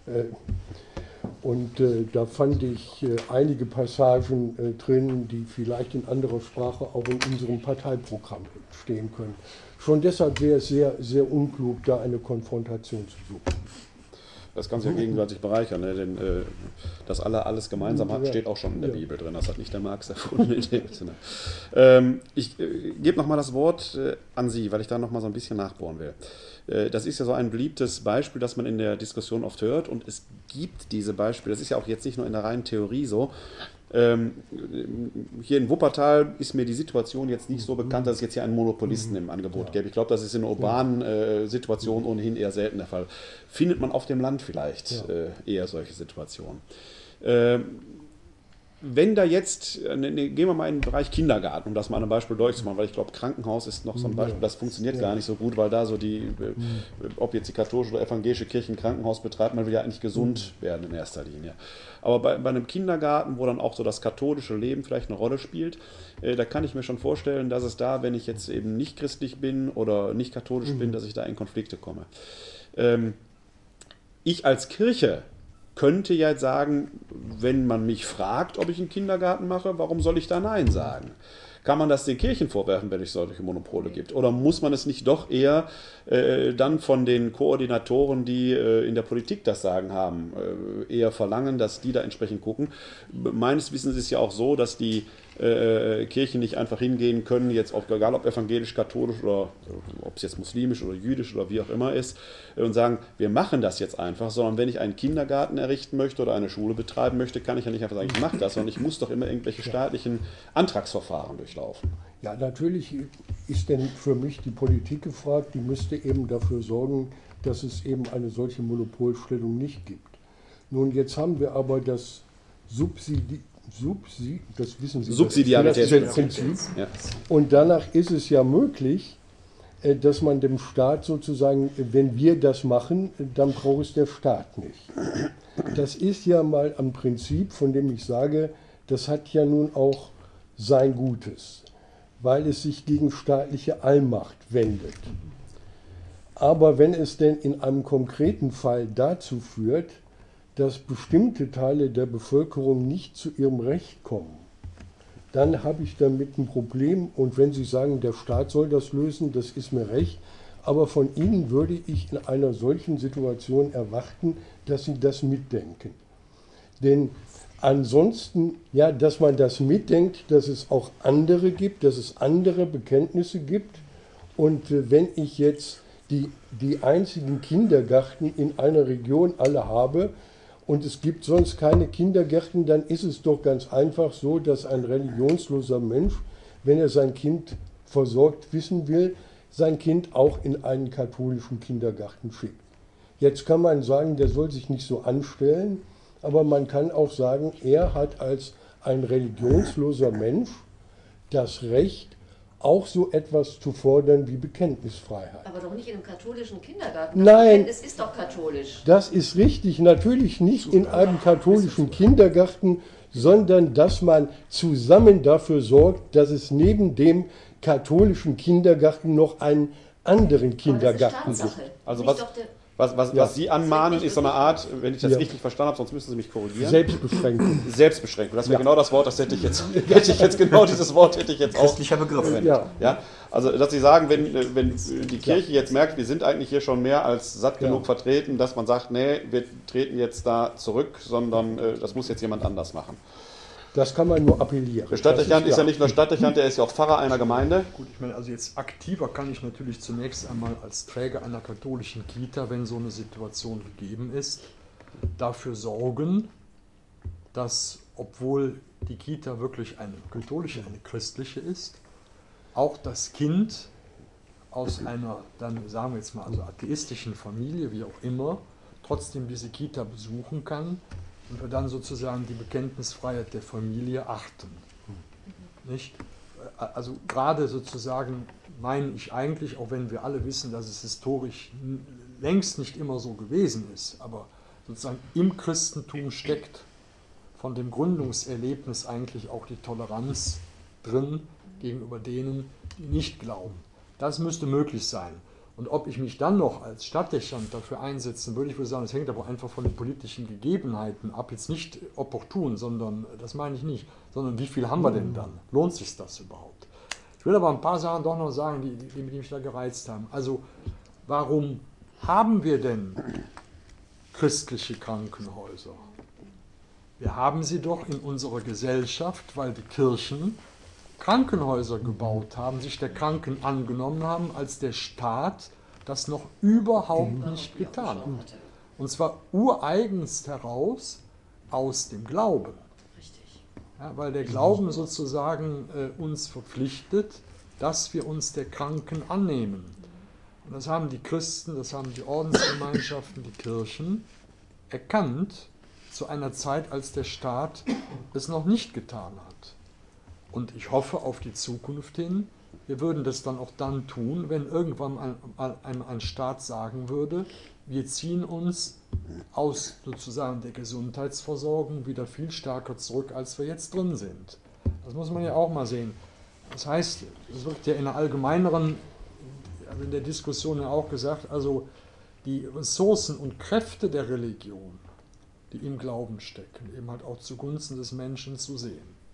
[SPEAKER 3] Und da fand ich einige Passagen drin, die vielleicht in anderer Sprache auch in unserem Parteiprogramm stehen können. Schon deshalb wäre es sehr, sehr unklug, da eine Konfrontation zu suchen.
[SPEAKER 1] Das kann sich ja gegenseitig bereichern, ne? Denn dass alle alles gemeinsam hatten, steht auch schon in der Bibel drin. Das hat nicht der Marx erfunden in dem Sinne. Ich gebe nochmal das Wort an Sie, weil ich da nochmal so ein bisschen nachbohren will. Das ist ja so ein beliebtes Beispiel, das man in der Diskussion oft hört. Und es gibt diese Beispiele, das ist ja auch jetzt nicht nur in der reinen Theorie so. Hier in Wuppertal ist mir die Situation jetzt nicht so bekannt, dass es jetzt hier einen Monopolisten im Angebot gäbe. Ich glaube, das ist in urbanen Situationen ohnehin eher selten der Fall. Findet man auf dem Land vielleicht eher solche Situationen. Wenn da jetzt, gehen wir mal in den Bereich Kindergarten, um das mal an einem Beispiel deutlich zu machen, weil ich glaube, Krankenhaus ist noch so ein Beispiel, das funktioniert gar nicht so gut, weil da so ob jetzt die katholische oder evangelische Kirche ein Krankenhaus betreibt, man will ja eigentlich gesund werden in erster Linie. Aber bei einem Kindergarten, wo dann auch so das katholische Leben vielleicht eine Rolle spielt, da kann ich mir schon vorstellen, dass es da, wenn ich jetzt eben nicht christlich bin oder nicht katholisch bin, dass ich da in Konflikte komme. Ich als Kirche könnte ja jetzt sagen, wenn man mich fragt, ob ich einen Kindergarten mache, warum soll ich da Nein sagen? Kann man das den Kirchen vorwerfen, wenn es solche Monopole gibt? Oder muss man es nicht doch eher dann von den Koordinatoren, die in der Politik das Sagen haben, eher verlangen, dass die da entsprechend gucken? Meines Wissens ist ja auch so, dass die Kirchen nicht einfach hingehen können, jetzt egal ob evangelisch, katholisch oder ob es jetzt muslimisch oder jüdisch oder wie auch immer ist, und sagen, wir machen das jetzt einfach, sondern wenn ich einen Kindergarten errichten möchte oder eine Schule betreiben möchte, kann ich ja nicht einfach sagen, ich mache das, sondern ich muss doch immer irgendwelche staatlichen Antragsverfahren durchlaufen.
[SPEAKER 3] Ja, natürlich ist denn für mich die Politik gefragt, die müsste eben dafür sorgen, dass es eben eine solche Monopolstellung nicht gibt. Nun, jetzt haben wir aber das das wissen Sie,
[SPEAKER 1] Subsidiaritätsprinzip. Ja.
[SPEAKER 3] Und danach ist es ja möglich, dass man dem Staat sozusagen, wenn wir das machen, dann braucht es der Staat nicht. Das ist ja mal ein Prinzip, von dem ich sage, das hat ja nun auch sein Gutes, weil es sich gegen staatliche Allmacht wendet. Aber wenn es denn in einem konkreten Fall dazu führt, dass bestimmte Teile der Bevölkerung nicht zu ihrem Recht kommen, dann habe ich damit ein Problem. Und wenn Sie sagen, der Staat soll das lösen, das ist mir recht. Aber von Ihnen würde ich in einer solchen Situation erwarten, dass Sie das mitdenken. Denn ansonsten, ja, dass man das mitdenkt, dass es auch andere gibt, dass es andere Bekenntnisse gibt. Und wenn ich jetzt die einzigen Kindergärten in einer Region alle habe, und es gibt sonst keine Kindergärten, dann ist es doch ganz einfach so, dass ein religionsloser Mensch, wenn er sein Kind versorgt wissen will, sein Kind auch in einen katholischen Kindergarten schickt. Jetzt kann man sagen, der soll sich nicht so anstellen, aber man kann auch sagen, er hat als ein religionsloser Mensch das Recht, auch so etwas zu fordern wie Bekenntnisfreiheit.
[SPEAKER 4] Aber doch nicht in einem katholischen Kindergarten. Das
[SPEAKER 3] Nein,
[SPEAKER 4] Bekenntnis ist doch katholisch.
[SPEAKER 3] Das ist richtig, natürlich nicht in einem katholischen Kindergarten, sondern dass man zusammen dafür sorgt, dass es neben dem katholischen Kindergarten noch einen anderen Kindergarten gibt.
[SPEAKER 1] Also was Sie anmahnen, ist so eine Art, wenn ich das richtig verstanden habe, sonst müssen Sie mich korrigieren.
[SPEAKER 3] Selbstbeschränkung.
[SPEAKER 1] Selbstbeschränkung, das wäre genau das Wort, das hätte ich jetzt genau dieses Wort hätte ich jetzt auch.
[SPEAKER 5] Christlicher Begriff.
[SPEAKER 1] Ja? Also, dass Sie sagen, wenn die Kirche jetzt merkt, wir sind eigentlich hier schon mehr als satt genug vertreten, dass man sagt, nee, wir treten jetzt da zurück, sondern das muss jetzt jemand anders machen.
[SPEAKER 3] Das kann man nur appellieren.
[SPEAKER 1] Der Stadtdechant ist ja nicht nur Stadtdechant, der ist ja auch Pfarrer einer Gemeinde.
[SPEAKER 2] Gut, ich meine, also jetzt aktiver kann ich natürlich zunächst einmal als Träger einer katholischen Kita, wenn so eine Situation gegeben ist, dafür sorgen, dass, obwohl die Kita wirklich eine katholische, eine christliche ist, auch das Kind aus einer, dann sagen wir jetzt mal, also atheistischen Familie, wie auch immer, trotzdem diese Kita besuchen kann und wir dann sozusagen die Bekenntnisfreiheit der Familie achten. Nicht? Also gerade sozusagen meine ich eigentlich, auch wenn wir alle wissen, dass es historisch längst nicht immer so gewesen ist, aber sozusagen im Christentum steckt von dem Gründungserlebnis eigentlich auch die Toleranz drin gegenüber denen, die nicht glauben. Das müsste möglich sein. Und ob ich mich dann noch als Stadtdechant dafür einsetzen würde, ich würde sagen, das hängt aber einfach von den politischen Gegebenheiten ab. Jetzt nicht opportun, sondern, das meine ich nicht, sondern wie viel haben wir denn dann? Lohnt sich das überhaupt? Ich will aber ein paar Sachen doch noch sagen, die mich da gereizt haben. Also, warum haben wir denn christliche Krankenhäuser? Wir haben sie doch in unserer Gesellschaft, weil die Kirchen Krankenhäuser gebaut haben, sich der Kranken angenommen haben, als der Staat das noch überhaupt nicht getan hat. Und zwar ureigenst heraus aus dem Glauben. Ja, weil der Glauben sozusagen uns verpflichtet, dass wir uns der Kranken annehmen. Und das haben die Christen, das haben die Ordensgemeinschaften, die Kirchen erkannt zu einer Zeit, als der Staat es noch nicht getan hat. Und ich hoffe auf die Zukunft hin, wir würden das dann auch dann tun, wenn irgendwann ein Staat sagen würde, wir ziehen uns aus sozusagen der Gesundheitsversorgung wieder viel stärker zurück, als wir jetzt drin sind. Das muss man ja auch mal sehen. Das heißt, es wird ja in der allgemeineren, also in der Diskussion ja auch gesagt, also die Ressourcen und Kräfte der Religion, die im Glauben stecken, eben halt auch zugunsten des Menschen zu sehen.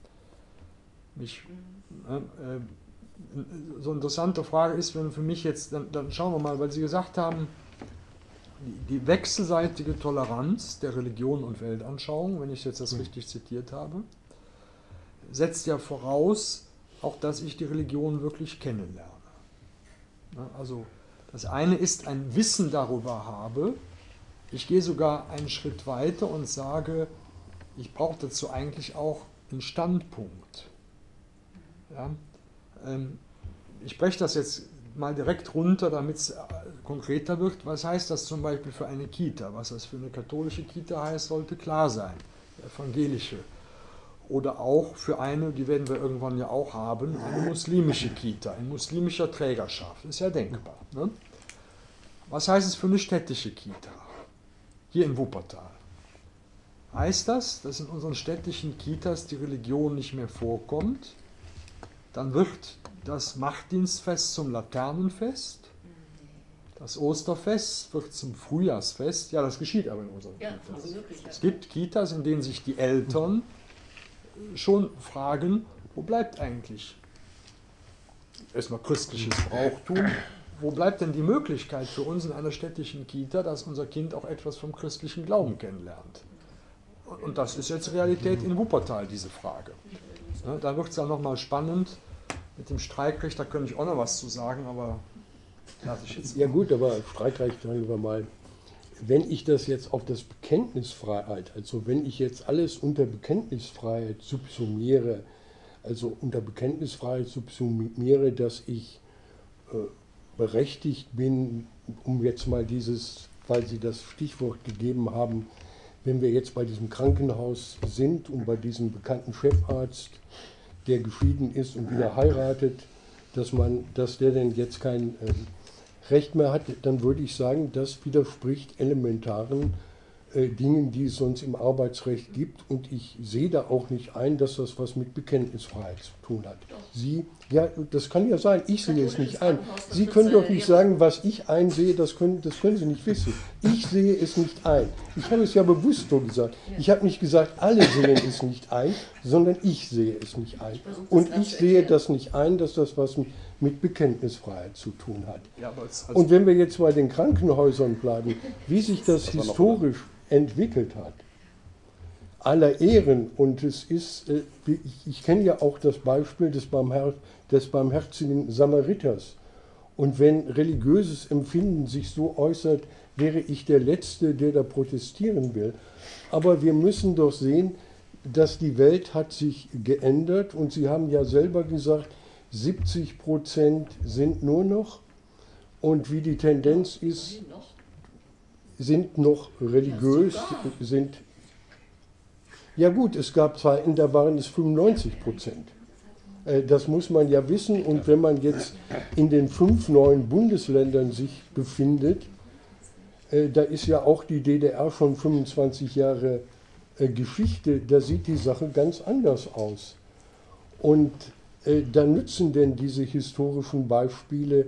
[SPEAKER 2] So eine interessante Frage ist, wenn für mich jetzt, dann schauen wir mal, weil Sie gesagt haben, die wechselseitige Toleranz der Religion und Weltanschauung, wenn ich jetzt das richtig zitiert habe, setzt ja voraus, auch dass ich die Religion wirklich kennenlerne. Also das eine ist ein Wissen darüber habe, ich gehe sogar einen Schritt weiter und sage, ich brauche dazu eigentlich auch einen Standpunkt. Ja, ich breche das jetzt mal direkt runter, damit es konkreter wird. Was heißt das zum Beispiel für eine Kita? Was das für eine katholische Kita heißt, sollte klar sein. Evangelische. Oder auch für eine, die werden wir irgendwann ja auch haben, eine muslimische Kita, in muslimischer Trägerschaft. Ist ja denkbar. Ne? Was heißt es für eine städtische Kita? Hier in Wuppertal. Heißt das, dass in unseren städtischen Kitas die Religion nicht mehr vorkommt? Dann wird das Machtdienstfest zum Laternenfest, das Osterfest wird zum Frühjahrsfest. Ja, das geschieht aber in unseren Kitas. Es gibt Kitas, in denen sich die Eltern schon fragen, wo bleibt eigentlich erstmal christliches Brauchtum, wo bleibt denn die Möglichkeit für uns in einer städtischen Kita, dass unser Kind auch etwas vom christlichen Glauben kennenlernt? Und das ist jetzt Realität in Wuppertal, diese Frage. Da wird es dann nochmal spannend. Mit dem Streikrecht, da könnte ich auch noch was zu sagen, aber lasse ich jetzt.
[SPEAKER 3] Ja gut, aber Streikrecht sagen wir mal, wenn ich das jetzt auf das Bekenntnisfreiheit, also wenn ich jetzt alles unter Bekenntnisfreiheit subsumiere, dass ich berechtigt bin, um jetzt mal dieses, weil Sie das Stichwort gegeben haben, wenn wir jetzt bei diesem Krankenhaus sind und bei diesem bekannten Chefarzt, der geschieden ist und wieder heiratet, dass der denn jetzt kein Recht mehr hat, dann würde ich sagen, das widerspricht elementaren Dingen, die es sonst im Arbeitsrecht gibt. Und ich sehe da auch nicht ein, dass das was mit Bekenntnisfreiheit zu tun hat. Sie, ja, das kann ja sein, ich sehe es nicht ein. Sie können doch nicht sagen, was ich einsehe, das können Sie nicht wissen. Ich sehe es nicht ein. Ich habe es ja bewusst so gesagt. Ich habe nicht gesagt, alle sehen es nicht ein, sondern ich sehe es nicht ein. Und ich sehe das nicht ein, dass das was mit Bekenntnisfreiheit zu tun hat. Und wenn wir jetzt bei den Krankenhäusern bleiben, wie sich das historisch entwickelt hat, aller Ehren, und es ist, ich kenne ja auch das Beispiel des barmherzigen Samariters, und wenn religiöses Empfinden sich so äußert, wäre ich der Letzte, der da protestieren will. Aber wir müssen doch sehen, dass die Welt hat sich geändert, und Sie haben ja selber gesagt, 70% sind nur noch, und wie die Tendenz ist, sind noch religiös, sind, ja gut, es gab Zeiten, da waren es 95%. Das muss man ja wissen, und wenn man jetzt in den 5 neuen Bundesländern sich befindet, da ist ja auch die DDR schon 25 Jahre Geschichte, da sieht die Sache ganz anders aus. Und da nützen denn diese historischen Beispiele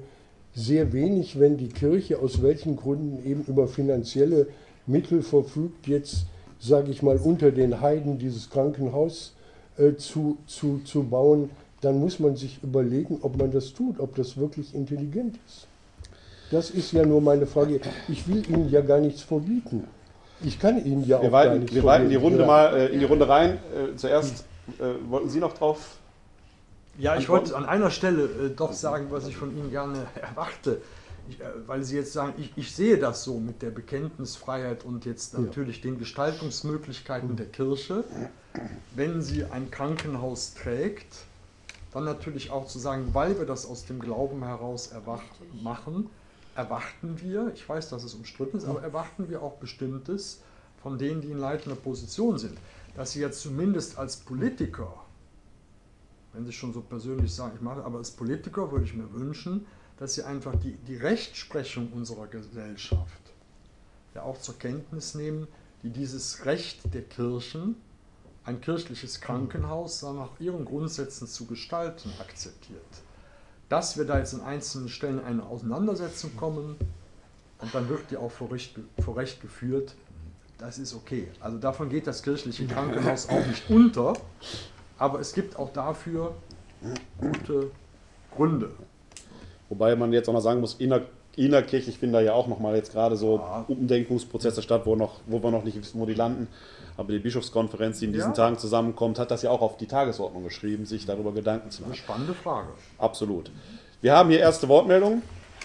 [SPEAKER 3] sehr wenig, wenn die Kirche aus welchen Gründen eben über finanzielle Mittel verfügt, jetzt, sage ich mal, unter den Heiden dieses Krankenhaus zu bauen. Dann muss man sich überlegen, ob man das tut, ob das wirklich intelligent ist. Das ist ja nur meine Frage. Ich will Ihnen ja gar nichts verbieten. Ich kann Ihnen ja auch gar nichts verbieten.
[SPEAKER 1] Wir weiten die Runde mal in die Runde rein. Zuerst wollten Sie noch drauf?
[SPEAKER 2] Ja, ich wollte an einer Stelle doch sagen, was ich von Ihnen gerne erwarte. Weil Sie jetzt sagen, ich sehe das so mit der Bekenntnisfreiheit und jetzt natürlich den Gestaltungsmöglichkeiten der Kirche. Wenn sie ein Krankenhaus trägt, dann natürlich auch zu sagen, weil wir das aus dem Glauben heraus machen, erwarten wir, ich weiß, dass es umstritten ist, aber erwarten wir auch Bestimmtes von denen, die in leitender Position sind. Dass sie jetzt zumindest als Politiker, wenn Sie schon so persönlich sagen, ich mache, aber als Politiker würde ich mir wünschen, dass sie einfach die Rechtsprechung unserer Gesellschaft ja auch zur Kenntnis nehmen, die dieses Recht der Kirchen, ein kirchliches Krankenhaus nach ihren Grundsätzen zu gestalten, akzeptiert. Dass wir da jetzt in einzelnen Stellen in eine Auseinandersetzung kommen und dann wird die auch vor Recht geführt, das ist okay. Also davon geht das kirchliche Krankenhaus auch nicht unter, aber es gibt auch dafür gute Gründe.
[SPEAKER 1] Wobei man jetzt auch noch sagen muss, innerkirchlich finden da ja auch nochmal jetzt gerade so Umdenkungsprozesse statt, wo wir noch nicht wissen, wo die landen. Aber die Bischofskonferenz, die in diesen Tagen zusammenkommt, hat das ja auch auf die Tagesordnung geschrieben, sich darüber Gedanken zu machen.
[SPEAKER 2] Eine spannende Frage.
[SPEAKER 1] Absolut. Wir haben hier erste Wortmeldungen.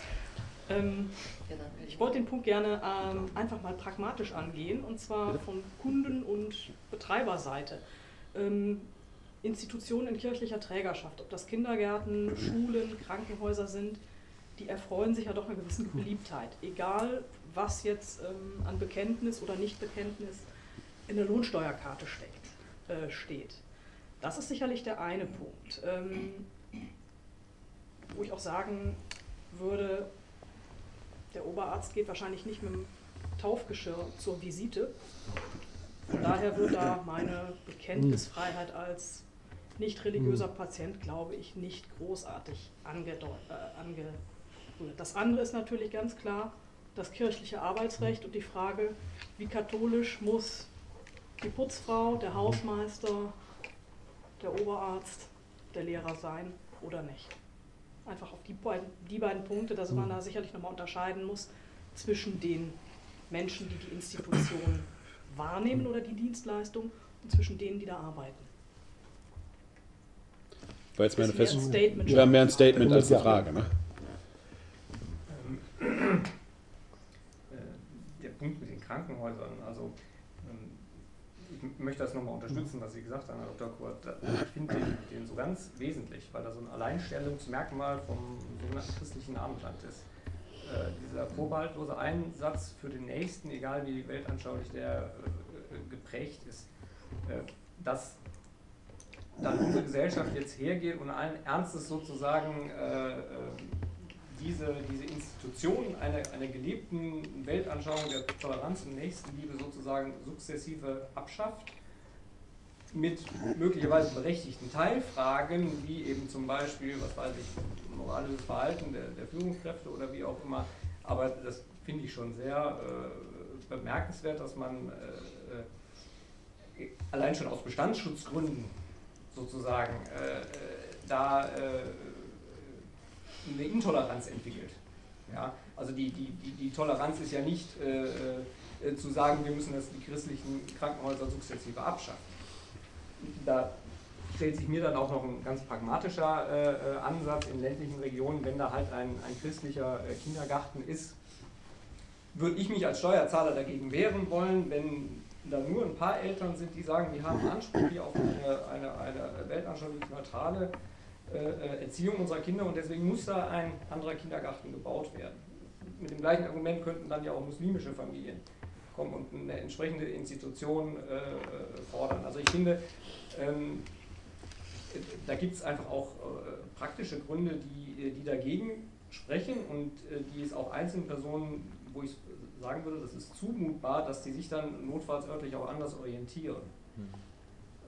[SPEAKER 5] Ich wollte den Punkt gerne einfach mal pragmatisch angehen, und zwar von Kunden- und Betreiberseite. Institutionen in kirchlicher Trägerschaft, ob das Kindergärten, Schulen, Krankenhäuser sind, die erfreuen sich ja doch einer gewissen Beliebtheit. Egal, was jetzt an Bekenntnis oder Nichtbekenntnis in der Lohnsteuerkarte steht. Das ist sicherlich der eine Punkt, wo ich auch sagen würde, der Oberarzt geht wahrscheinlich nicht mit dem Taufgeschirr zur Visite. Von daher wird da meine Bekenntnisfreiheit als nicht religiöser Patient, glaube ich, nicht großartig angerührt. Das andere ist natürlich ganz klar das kirchliche Arbeitsrecht und die Frage, wie katholisch muss die Putzfrau, der Hausmeister, der Oberarzt, der Lehrer sein oder nicht. Einfach auf die beiden Punkte, dass man da sicherlich nochmal unterscheiden muss zwischen den Menschen, die die Institution wahrnehmen oder die Dienstleistung, und zwischen denen, die da arbeiten.
[SPEAKER 1] War jetzt mehr ein Statement als eine Frage, ne?
[SPEAKER 6] Der Punkt mit den Krankenhäusern, also ich möchte das nochmal unterstützen, was Sie gesagt haben, Herr Dr. Kurt. Ich finde den so ganz wesentlich, weil das so ein Alleinstellungsmerkmal vom sogenannten christlichen Abendland ist. Dieser vorbehaltlose Einsatz für den Nächsten, egal wie weltanschaulich der geprägt ist, dass dann unsere Gesellschaft jetzt hergeht und allen Ernstes sozusagen diese Institution einer gelebten Weltanschauung der Toleranz und Nächstenliebe sozusagen sukzessive abschafft, mit möglicherweise berechtigten Teilfragen, wie eben zum Beispiel, was weiß ich, moralisches Verhalten der Führungskräfte oder wie auch immer. Aber das finde ich schon sehr bemerkenswert, dass man allein schon aus Bestandsschutzgründen sozusagen da eine Intoleranz entwickelt. Ja? Also die Toleranz ist ja nicht zu sagen, wir müssen die christlichen Krankenhäuser sukzessive abschaffen. Da stellt sich mir dann auch noch ein ganz pragmatischer Ansatz in ländlichen Regionen, wenn da halt ein christlicher Kindergarten ist, würde ich mich als Steuerzahler dagegen wehren wollen, wenn da nur ein paar Eltern sind, die sagen, wir haben Anspruch hier auf eine weltanschaulich neutrale Erziehung unserer Kinder und deswegen muss da ein anderer Kindergarten gebaut werden. Mit dem gleichen Argument könnten dann ja auch muslimische Familien kommen und eine entsprechende Institution fordern. Also ich finde, da gibt es einfach auch praktische Gründe, die dagegen sprechen und die es auch einzelnen Personen, wo ich sagen würde, das ist zumutbar, dass die sich dann notfalls örtlich auch anders orientieren.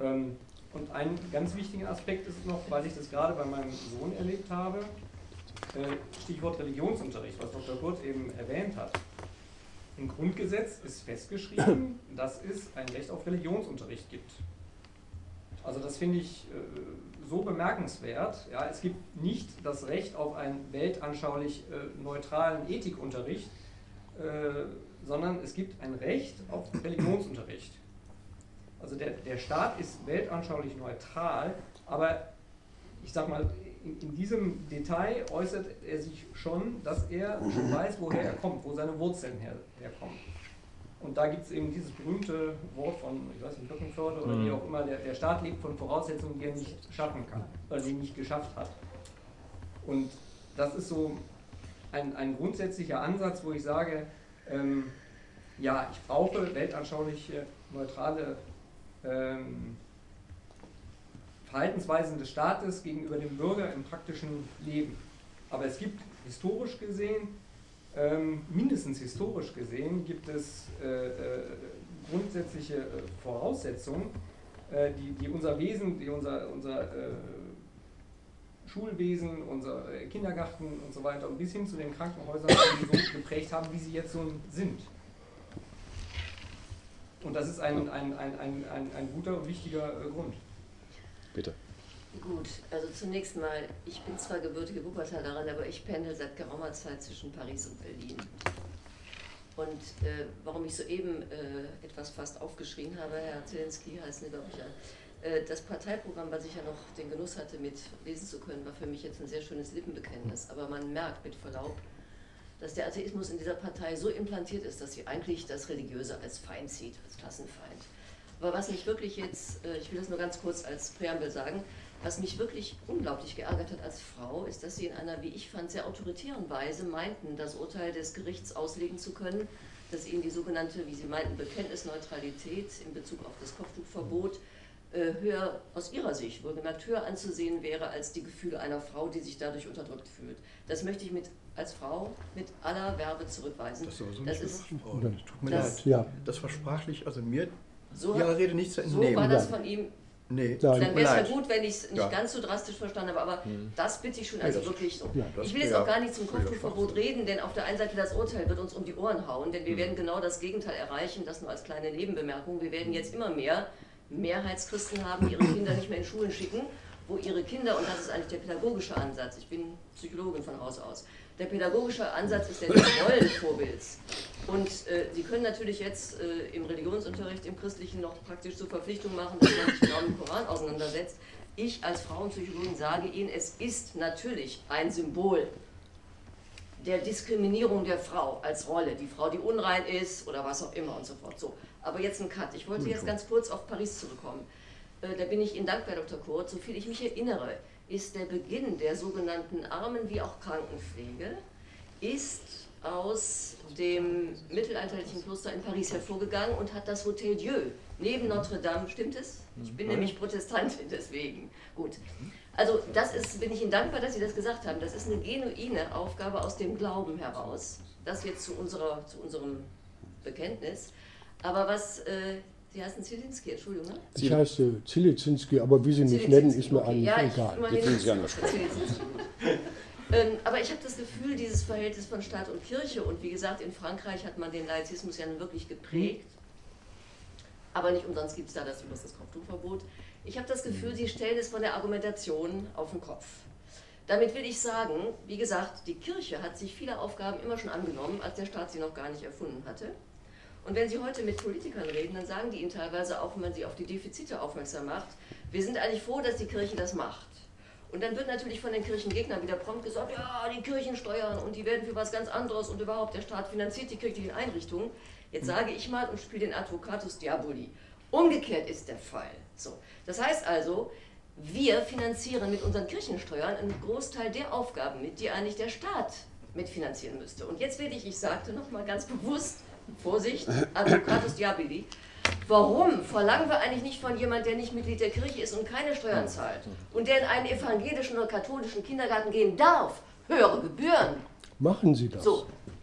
[SPEAKER 6] Und ein ganz wichtiger Aspekt ist noch, weil ich das gerade bei meinem Sohn erlebt habe, Stichwort Religionsunterricht, was Dr. Kurt eben erwähnt hat. Im Grundgesetz ist festgeschrieben, dass es ein Recht auf Religionsunterricht gibt. Also das finde ich so bemerkenswert. Ja, es gibt nicht das Recht auf einen weltanschaulich neutralen Ethikunterricht, sondern es gibt ein Recht auf Religionsunterricht. Also der Staat ist weltanschaulich neutral, aber ich sage mal, in diesem Detail äußert er sich schon, dass er weiß, woher er kommt, wo seine Wurzeln herkommen. Und da gibt es eben dieses berühmte Wort von, ich weiß nicht, Birkenförde oder wie auch immer, der Staat lebt von Voraussetzungen, die er nicht schaffen kann, oder die er nicht geschafft hat. Und das ist so ein grundsätzlicher Ansatz, wo ich sage, ja, ich brauche weltanschauliche, neutrale Verhaltensweisen des Staates gegenüber dem Bürger im praktischen Leben. Aber es gibt historisch gesehen, mindestens historisch gesehen, gibt es grundsätzliche Voraussetzungen, die unser Wesen, die unser Schulwesen, unser Kindergarten und so weiter und bis hin zu den Krankenhäusern so geprägt haben, wie sie jetzt so sind. Und das ist ein guter und wichtiger Grund.
[SPEAKER 1] Bitte.
[SPEAKER 4] Gut, also zunächst mal, ich bin zwar gebürtige Wuppertalerin, aber ich pendel seit geraumer Zeit zwischen Paris und Berlin. Und warum ich soeben etwas fast aufgeschrien habe, Herr Zielinski heißt mir, glaube ich, ja, das Parteiprogramm, was ich ja noch den Genuss hatte, mitlesen zu können, war für mich jetzt ein sehr schönes Lippenbekenntnis. Aber man merkt mit Verlaub, dass der Atheismus in dieser Partei so implantiert ist, dass sie eigentlich das Religiöse als Feind sieht, als Klassenfeind. Aber was mich wirklich jetzt, ich will das nur ganz kurz als Präambel sagen, was mich wirklich unglaublich geärgert hat als Frau, ist, dass sie in einer, wie ich fand, sehr autoritären Weise meinten, das Urteil des Gerichts auslegen zu können, dass ihnen die sogenannte, wie sie meinten, Bekenntnisneutralität in Bezug auf das Kopftuchverbot höher, aus ihrer Sicht wohlgemerkt, höher anzusehen wäre als die Gefühle einer Frau, die sich dadurch unterdrückt fühlt. Das möchte ich als Frau mit aller Verve zurückweisen.
[SPEAKER 7] Das ist aber so
[SPEAKER 4] das
[SPEAKER 7] nicht
[SPEAKER 4] ist,
[SPEAKER 7] gemacht worden. Tut mir
[SPEAKER 4] das,
[SPEAKER 7] leid.
[SPEAKER 3] Ja.
[SPEAKER 7] Das war sprachlich, also mir
[SPEAKER 4] so
[SPEAKER 7] Ihrer Rede nicht zu
[SPEAKER 4] so
[SPEAKER 7] entnehmen.
[SPEAKER 4] war das von ihm.
[SPEAKER 7] Nee,
[SPEAKER 4] Dann
[SPEAKER 7] tut mir
[SPEAKER 4] wäre es ja
[SPEAKER 7] leid.
[SPEAKER 4] gut, wenn ich es nicht
[SPEAKER 7] Ja.
[SPEAKER 4] ganz so drastisch verstanden habe, aber das bitte ich schon, also
[SPEAKER 7] das-
[SPEAKER 4] wirklich so.
[SPEAKER 3] ja,
[SPEAKER 7] das
[SPEAKER 4] Ich will jetzt
[SPEAKER 7] wäre
[SPEAKER 4] auch gar nicht zum
[SPEAKER 7] völliger
[SPEAKER 4] Kopftuchverbot
[SPEAKER 7] Schwachsinn.
[SPEAKER 4] reden, denn auf der einen Seite das Urteil wird uns um die Ohren hauen, denn wir werden genau das Gegenteil erreichen, das nur als kleine Nebenbemerkung. Wir werden jetzt immer mehr Mehrheitschristen haben, die ihre Kinder nicht mehr in Schulen schicken, wo ihre Kinder, und das ist eigentlich der pädagogische Ansatz, ich bin Psychologin von Haus aus, der pädagogische Ansatz ist der des Rollenvorbilds. Und Sie können natürlich jetzt im Religionsunterricht, im Christlichen noch praktisch zur Verpflichtung machen, dass man sich genau mit dem Koran auseinandersetzt. Ich als Frauenpsychologin sage Ihnen, es ist natürlich ein Symbol der Diskriminierung der Frau als Rolle. Die Frau, die unrein ist oder was auch immer und so fort. So, aber jetzt ein Cut. Ich wollte jetzt ganz kurz auf Paris zurückkommen. Da bin ich Ihnen dankbar, Dr. Kurt. Soviel ich mich erinnere, ist der Beginn der sogenannten Armen- wie auch Krankenpflege ist aus dem mittelalterlichen Kloster in Paris hervorgegangen und hat das Hotel Dieu neben Notre Dame, stimmt es? Ich bin nämlich Protestantin, deswegen. Gut. Also das ist, bin ich Ihnen dankbar, dass Sie das gesagt haben. Das ist eine genuine Aufgabe aus dem Glauben heraus. Das jetzt zu unserem Bekenntnis. Aber was, Sie heißen Zielinski, Entschuldigung, ne?
[SPEAKER 3] Ich heiße Zilizinski, aber wie Sie mich
[SPEAKER 4] Zilizinski,
[SPEAKER 3] nennen, ist mir
[SPEAKER 4] okay.
[SPEAKER 3] eigentlich
[SPEAKER 4] Ja,
[SPEAKER 3] egal.
[SPEAKER 4] immerhin
[SPEAKER 1] Jetzt sind Sie angesprochen.
[SPEAKER 4] Zilizinski, gut. Aber ich habe das Gefühl, dieses Verhältnis von Staat und Kirche, und wie gesagt, in Frankreich hat man den Laizismus ja nun wirklich geprägt, aber nicht umsonst gibt es da das Kopftuchverbot. Ich habe das Gefühl, Sie stellen es von der Argumentation auf den Kopf. Damit will ich sagen, wie gesagt, die Kirche hat sich viele Aufgaben immer schon angenommen, als der Staat sie noch gar nicht erfunden hatte. Und wenn Sie heute mit Politikern reden, dann sagen die Ihnen teilweise auch, wenn man sie auf die Defizite aufmerksam macht, wir sind eigentlich froh, dass die Kirche das macht. Und dann wird natürlich von den Kirchengegnern wieder prompt gesagt, ja, die Kirchensteuern und die werden für was ganz anderes und überhaupt der Staat finanziert die kirchlichen Einrichtungen. Jetzt sage ich mal und spiele den Advocatus Diaboli. Umgekehrt ist der Fall. So. Das heißt also, wir finanzieren mit unseren Kirchensteuern einen Großteil der Aufgaben mit, die eigentlich der Staat mitfinanzieren müsste. Und jetzt werde ich sagte nochmal ganz bewusst, Vorsicht, Advocatus Diaboli, warum verlangen wir eigentlich nicht von jemandem, der nicht Mitglied der Kirche ist und keine Steuern zahlt und der in einen evangelischen oder katholischen Kindergarten gehen darf, höhere Gebühren?
[SPEAKER 3] Machen Sie das.
[SPEAKER 4] So,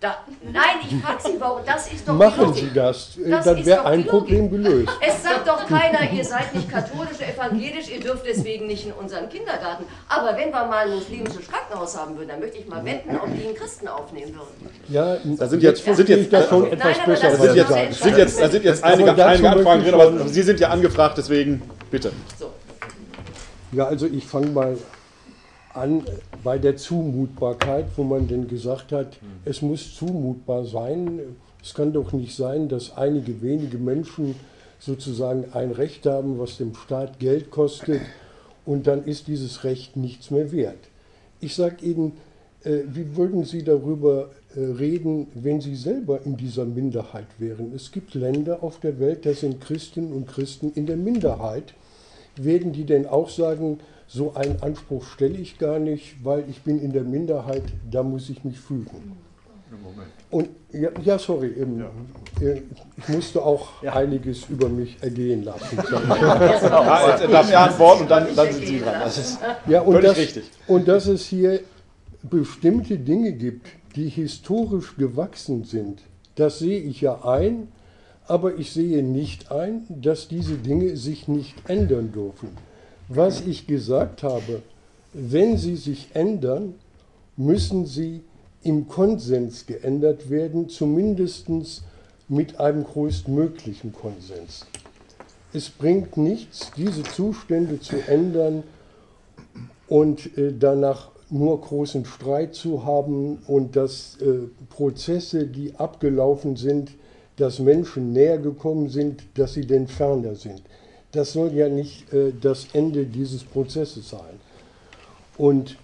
[SPEAKER 4] Nein, ich frage Sie, warum? Das ist doch die
[SPEAKER 3] Machen
[SPEAKER 4] Logik.
[SPEAKER 3] Sie das,
[SPEAKER 4] Das
[SPEAKER 3] dann
[SPEAKER 4] ist
[SPEAKER 3] wäre
[SPEAKER 4] doch
[SPEAKER 3] ein
[SPEAKER 4] die Logik.
[SPEAKER 3] Problem gelöst.
[SPEAKER 4] Es sagt doch keiner, ihr seid nicht katholisch, evangelisch, ihr dürft deswegen nicht in unseren Kindergarten. Aber wenn wir mal ein muslimisches Krankenhaus haben würden, dann möchte ich mal wetten, ob die einen Christen aufnehmen würden.
[SPEAKER 3] Ja,
[SPEAKER 1] Da sind jetzt
[SPEAKER 3] das schon etwas
[SPEAKER 4] Nein, aber
[SPEAKER 3] besser.
[SPEAKER 4] das
[SPEAKER 3] was
[SPEAKER 4] ist
[SPEAKER 3] Sie
[SPEAKER 4] jetzt-
[SPEAKER 3] sagen.
[SPEAKER 1] Da sind jetzt einige
[SPEAKER 3] dazu
[SPEAKER 1] Anfragen
[SPEAKER 3] möchte ich
[SPEAKER 1] drin, aber
[SPEAKER 3] schon-
[SPEAKER 1] Sie sind ja angefragt, deswegen bitte.
[SPEAKER 4] So.
[SPEAKER 3] Ja, also ich fange mal an bei der Zumutbarkeit, wo man denn gesagt hat, es muss zumutbar sein. Es kann doch nicht sein, dass einige wenige Menschen sozusagen ein Recht haben, was dem Staat Geld kostet, und dann ist dieses Recht nichts mehr wert. Ich sage Ihnen, wie würden Sie darüber reden, wenn Sie selber in dieser Minderheit wären? Es gibt Länder auf der Welt, da sind Christinnen und Christen in der Minderheit. Werden die denn auch sagen, so einen Anspruch stelle ich gar nicht, weil ich bin in der Minderheit, da muss ich mich fügen? Und ja, sorry, ich musste auch einiges über mich ergehen lassen.
[SPEAKER 1] Ja, jetzt darf er antworten und dann sind Sie dran. Das ist
[SPEAKER 3] Ja, und
[SPEAKER 1] völlig richtig.
[SPEAKER 3] Und dass es hier bestimmte Dinge gibt, die historisch gewachsen sind, das sehe ich ja ein, aber ich sehe nicht ein, dass diese Dinge sich nicht ändern dürfen. Was ich gesagt habe, wenn sie sich ändern, müssen sie im Konsens geändert werden, zumindest mit einem größtmöglichen Konsens. Es bringt nichts, diese Zustände zu ändern und danach nur großen Streit zu haben und dass Prozesse, die abgelaufen sind, dass Menschen näher gekommen sind, dass sie denn ferner sind. Das soll ja nicht das Ende dieses Prozesses sein. Und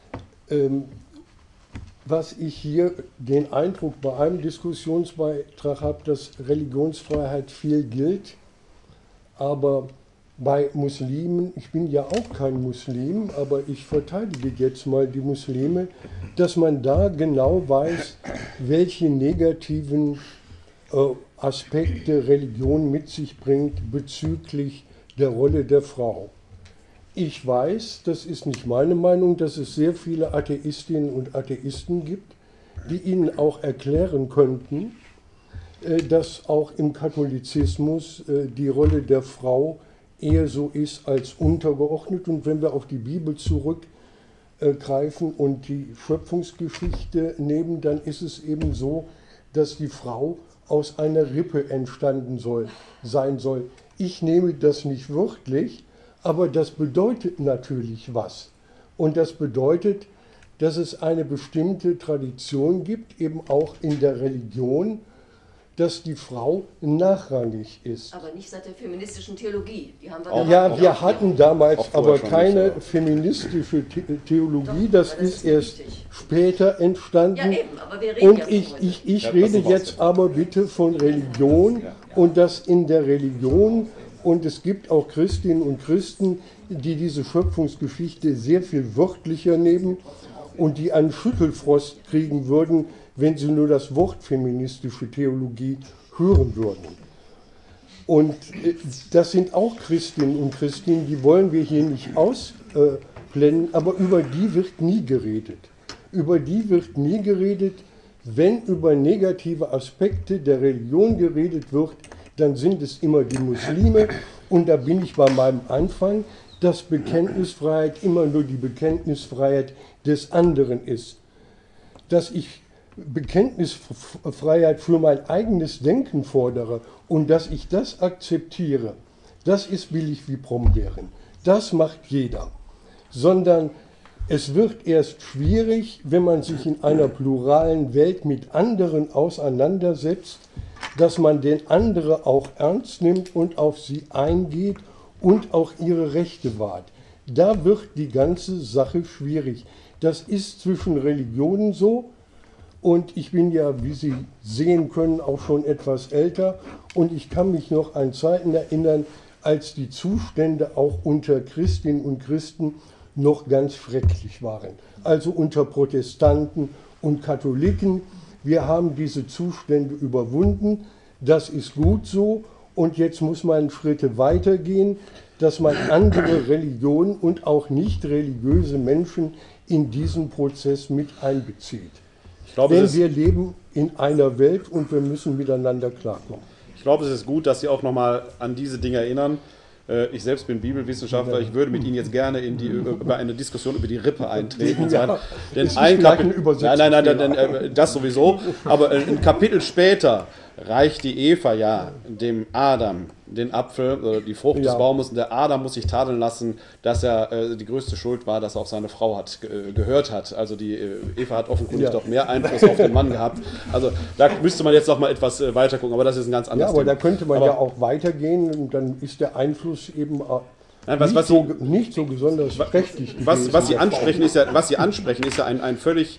[SPEAKER 3] was ich hier den Eindruck bei einem Diskussionsbeitrag habe, dass Religionsfreiheit viel gilt, aber bei Muslimen, ich bin ja auch kein Muslim, aber ich verteidige jetzt mal die Muslime, dass man da genau weiß, welche negativen Aspekte Religion mit sich bringt bezüglich der Rolle der Frau. Ich weiß, das ist nicht meine Meinung, dass es sehr viele Atheistinnen und Atheisten gibt, die Ihnen auch erklären könnten, dass auch im Katholizismus die Rolle der Frau eher so ist als untergeordnet. Und wenn wir auf die Bibel zurückgreifen und die Schöpfungsgeschichte nehmen, dann ist es eben so, dass die Frau aus einer Rippe entstanden sein soll. Ich nehme das nicht wörtlich, aber das bedeutet natürlich was. Und das bedeutet, dass es eine bestimmte Tradition gibt, eben auch in der Religion, dass die Frau nachrangig ist.
[SPEAKER 4] Aber nicht seit der feministischen Theologie. Die haben wir
[SPEAKER 3] Ja, wir hatten damals
[SPEAKER 1] Auch vorher
[SPEAKER 3] aber
[SPEAKER 1] schon
[SPEAKER 3] keine
[SPEAKER 1] nicht, ja.
[SPEAKER 3] feministische Theologie,
[SPEAKER 4] Doch,
[SPEAKER 3] das
[SPEAKER 4] aber das
[SPEAKER 3] ist
[SPEAKER 4] ist
[SPEAKER 3] erst
[SPEAKER 4] wichtig.
[SPEAKER 3] später entstanden.
[SPEAKER 4] Ja, eben, aber wir reden
[SPEAKER 3] Und
[SPEAKER 4] ja von heute.
[SPEAKER 3] ich
[SPEAKER 1] Ja,
[SPEAKER 3] rede
[SPEAKER 1] das ist
[SPEAKER 3] jetzt aber bitte von Religion und dass in der Religion, und es gibt auch Christinnen und Christen, die diese Schöpfungsgeschichte sehr viel wörtlicher nehmen und die einen Schüttelfrost kriegen würden, wenn sie nur das Wort feministische Theologie hören würden. Und das sind auch Christinnen und Christen, die wollen wir hier nicht ausblenden, aber über die wird nie geredet. Über die wird nie geredet. Wenn über negative Aspekte der Religion geredet wird, dann sind es immer die Muslime. Und da bin ich bei meinem Anfang, dass Bekenntnisfreiheit immer nur die Bekenntnisfreiheit des anderen ist. Dass ich Bekenntnisfreiheit für mein eigenes Denken fordere und dass ich das akzeptiere, das ist billig wie Brombeeren. Das macht jeder. Sondern es wird erst schwierig, wenn man sich in einer pluralen Welt mit anderen auseinandersetzt, dass man den anderen auch ernst nimmt und auf sie eingeht und auch ihre Rechte wahrt. Da wird die ganze Sache schwierig. Das ist zwischen Religionen so. Und ich bin ja, wie Sie sehen können, auch schon etwas älter. Und ich kann mich noch an Zeiten erinnern, als die Zustände auch unter Christinnen und Christen noch ganz schrecklich waren. Also unter Protestanten und Katholiken. Wir haben diese Zustände überwunden. Das ist gut so. Und jetzt muss man Schritte weitergehen, dass man andere Religionen und auch nicht religiöse Menschen in diesen Prozess mit einbezieht.
[SPEAKER 1] glaube,
[SPEAKER 3] Denn wir leben in einer Welt und wir müssen miteinander klarkommen.
[SPEAKER 1] ich glaube, es ist gut, dass Sie auch nochmal an diese Dinge erinnern. Ich selbst bin Bibelwissenschaftler, ich würde mit Ihnen jetzt gerne über eine Diskussion über die Rippe eintreten.
[SPEAKER 3] Ja,
[SPEAKER 1] Denn
[SPEAKER 3] ist
[SPEAKER 1] ein
[SPEAKER 3] vielleicht ein
[SPEAKER 1] Kapitel,
[SPEAKER 3] Übersetzungsfehler.
[SPEAKER 1] das sowieso, aber ein Kapitel später reicht die Eva ja dem Adam den Apfel oder die Frucht des
[SPEAKER 3] Ja.
[SPEAKER 1] Baumes und der Adam muss sich tadeln lassen, dass er die größte Schuld war, dass er auf seine Frau gehört hat. Also die Eva hat offenkundig
[SPEAKER 3] Ja.
[SPEAKER 1] doch mehr Einfluss auf den Mann gehabt. Also da müsste man jetzt noch mal etwas weiter gucken, aber das ist ein ganz
[SPEAKER 3] Ja,
[SPEAKER 1] anderes
[SPEAKER 3] aber da
[SPEAKER 1] Thema.
[SPEAKER 3] könnte man
[SPEAKER 1] Aber-
[SPEAKER 3] ja auch weitergehen und dann ist der Einfluss eben
[SPEAKER 1] Nein, was
[SPEAKER 3] nicht so besonders prächtig gewesen.
[SPEAKER 1] was Sie ansprechen, ist ja ein völlig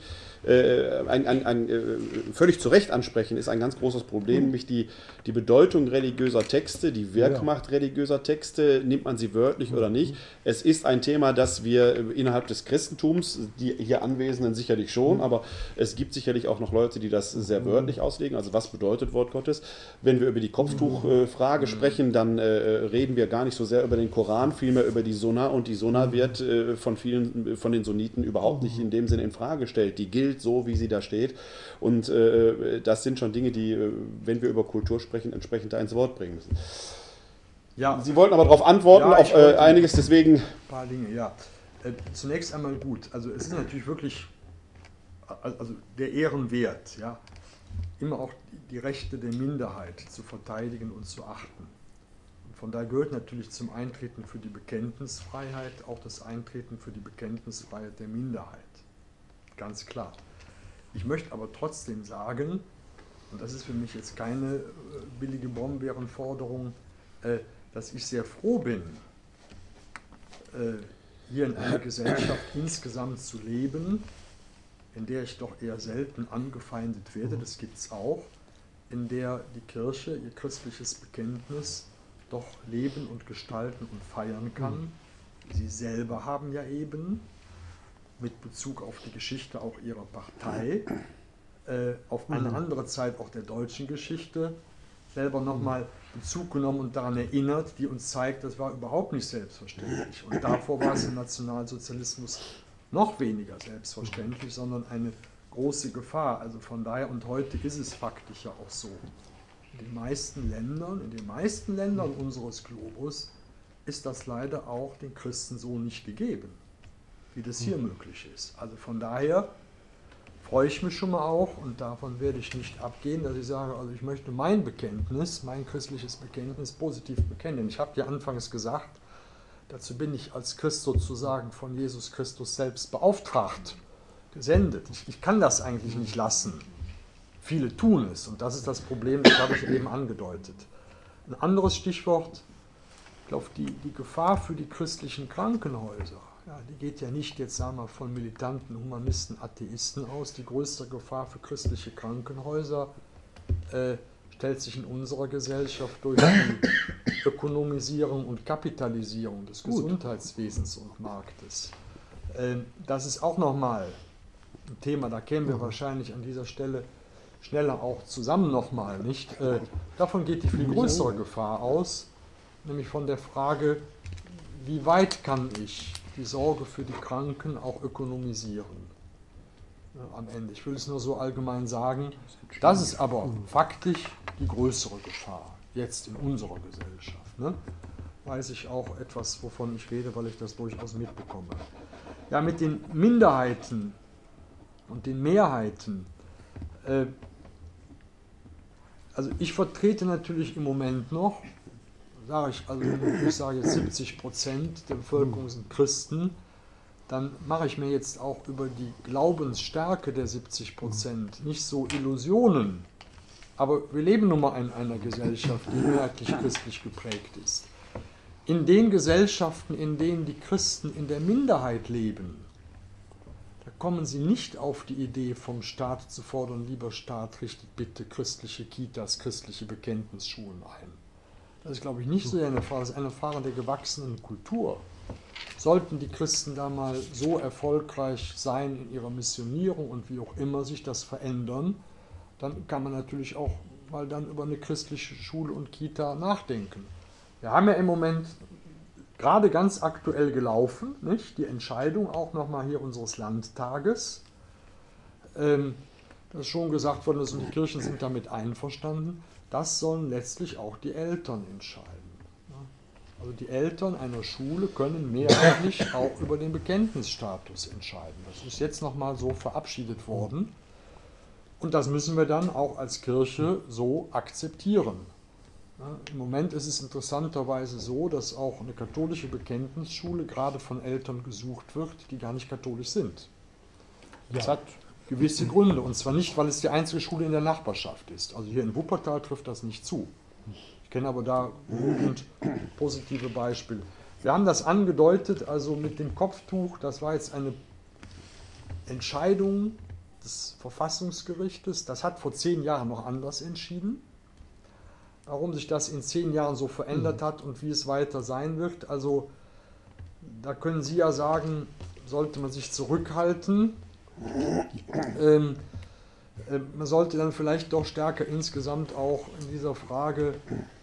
[SPEAKER 1] völlig zu Recht ansprechen, ist ein ganz großes Problem, nämlich die Bedeutung religiöser Texte, die Wirkmacht religiöser Texte, nimmt man sie wörtlich oder nicht. Es ist ein Thema, das wir innerhalb des Christentums, die hier Anwesenden sicherlich schon, aber es gibt sicherlich auch noch Leute, die das sehr wörtlich auslegen, also was bedeutet Wort Gottes. Wenn wir über die Kopftuchfrage sprechen, dann reden wir gar nicht so sehr über den Koran, vielmehr über die Sunna, und die Sunna wird von vielen von den Sunniten überhaupt nicht in dem Sinne in Frage gestellt. Die gilt so, wie sie da steht. Und das sind schon Dinge, die, wenn wir über Kultur sprechen, entsprechend da ins Wort bringen müssen.
[SPEAKER 2] Ja,
[SPEAKER 1] Sie wollten aber darauf antworten,
[SPEAKER 2] Ja,
[SPEAKER 1] auf
[SPEAKER 2] ich wollte-
[SPEAKER 1] einiges, deswegen.
[SPEAKER 2] ein paar Dinge, ja. Zunächst einmal gut. Also es ist natürlich wirklich also der Ehrenwert, ja, immer auch die Rechte der Minderheit zu verteidigen und zu achten. Und von daher gehört natürlich zum Eintreten für die Bekenntnisfreiheit auch das Eintreten für die Bekenntnisfreiheit der Minderheit. Ganz klar. Ich möchte aber trotzdem sagen, und das ist für mich jetzt keine billige Brombeerenforderung, dass ich sehr froh bin, hier in einer Gesellschaft insgesamt zu leben, in der ich doch eher selten angefeindet werde, das gibt es auch, in der die Kirche ihr christliches Bekenntnis doch leben und gestalten und feiern kann. Sie selber haben ja eben mit Bezug auf die Geschichte auch ihrer Partei, auf eine andere Zeit auch der deutschen Geschichte, selber nochmal Bezug genommen und daran erinnert, die uns zeigt, das war überhaupt nicht selbstverständlich. Und davor war es im Nationalsozialismus noch weniger selbstverständlich, sondern eine große Gefahr. Also von daher, und heute ist es faktisch ja auch so. In den meisten Ländern unseres Globus ist das leider auch den Christen so nicht gegeben, wie das hier möglich ist. Also von daher freue ich mich schon mal auch, und davon werde ich nicht abgehen, dass ich sage, also ich möchte mein Bekenntnis, mein christliches Bekenntnis positiv bekennen. Ich habe ja anfangs gesagt, dazu bin ich als Christ sozusagen von Jesus Christus selbst beauftragt, gesendet. Ich kann das eigentlich nicht lassen. Viele tun es, und das ist das Problem, das habe ich eben angedeutet. Ein anderes Stichwort, ich glaube, die Gefahr für die christlichen Krankenhäuser, ja, die geht ja nicht jetzt, sagen wir, von militanten Humanisten, Atheisten aus. Die größte Gefahr für christliche Krankenhäuser stellt sich in unserer Gesellschaft durch die Ökonomisierung und Kapitalisierung des Gesundheitswesens und Marktes. Das ist auch nochmal ein Thema, da kämen wir wahrscheinlich an dieser Stelle schneller auch zusammen nochmal, nicht? Davon geht die viel größere Gefahr aus, nämlich von der Frage, wie weit kann ich die Sorge für die Kranken auch ökonomisieren? Am Ende. Ich will es nur so allgemein sagen. Das ist aber faktisch die größere Gefahr, jetzt in unserer Gesellschaft. Ne? Weiß ich auch etwas, wovon ich rede, weil ich das durchaus mitbekomme. Ja, mit den Minderheiten und den Mehrheiten. Also ich vertrete natürlich im Moment noch, sage ich, also ich sage jetzt 70% der Bevölkerung sind Christen, dann mache ich mir jetzt auch über die Glaubensstärke der 70% nicht so Illusionen. Aber wir leben nun mal in einer Gesellschaft, die mehrheitlich christlich geprägt ist. In den Gesellschaften, in denen die Christen in der Minderheit leben, da kommen sie nicht auf die Idee, vom Staat zu fordern, lieber Staat, richtet bitte christliche Kitas, christliche Bekenntnisschulen ein. Das ist, glaube ich, nicht so eine Frage, das ist eine Frage der gewachsenen Kultur. Sollten die Christen da mal so erfolgreich sein in ihrer Missionierung und wie auch immer sich das verändern, dann kann man natürlich auch mal dann über eine christliche Schule und Kita nachdenken. Wir haben ja im Moment gerade ganz aktuell gelaufen, nicht? Die Entscheidung auch nochmal hier unseres Landtages, dass schon gesagt worden ist, und die Kirchen sind damit einverstanden, das sollen letztlich auch die Eltern entscheiden. Also die Eltern einer Schule können mehrheitlich auch über den Bekenntnisstatus entscheiden. Das ist jetzt nochmal so verabschiedet worden. Und das müssen wir dann auch als Kirche so akzeptieren. Im Moment ist es interessanterweise so, dass auch eine katholische Bekenntnisschule gerade von Eltern gesucht wird, die gar nicht katholisch sind. Das hat gewisse Gründe, und zwar nicht, weil es die einzige Schule in der Nachbarschaft ist. Also hier in Wuppertal trifft das nicht zu. Ich kenne aber da genügend positive Beispiele. Wir haben das angedeutet, also mit dem Kopftuch, das war jetzt eine Entscheidung des Verfassungsgerichtes. Das hat vor 10 Jahren noch anders entschieden. Warum sich das in 10 Jahren so verändert hat und wie es weiter sein wird, also da können Sie ja sagen, sollte man sich zurückhalten. Man sollte dann vielleicht doch stärker insgesamt auch in dieser Frage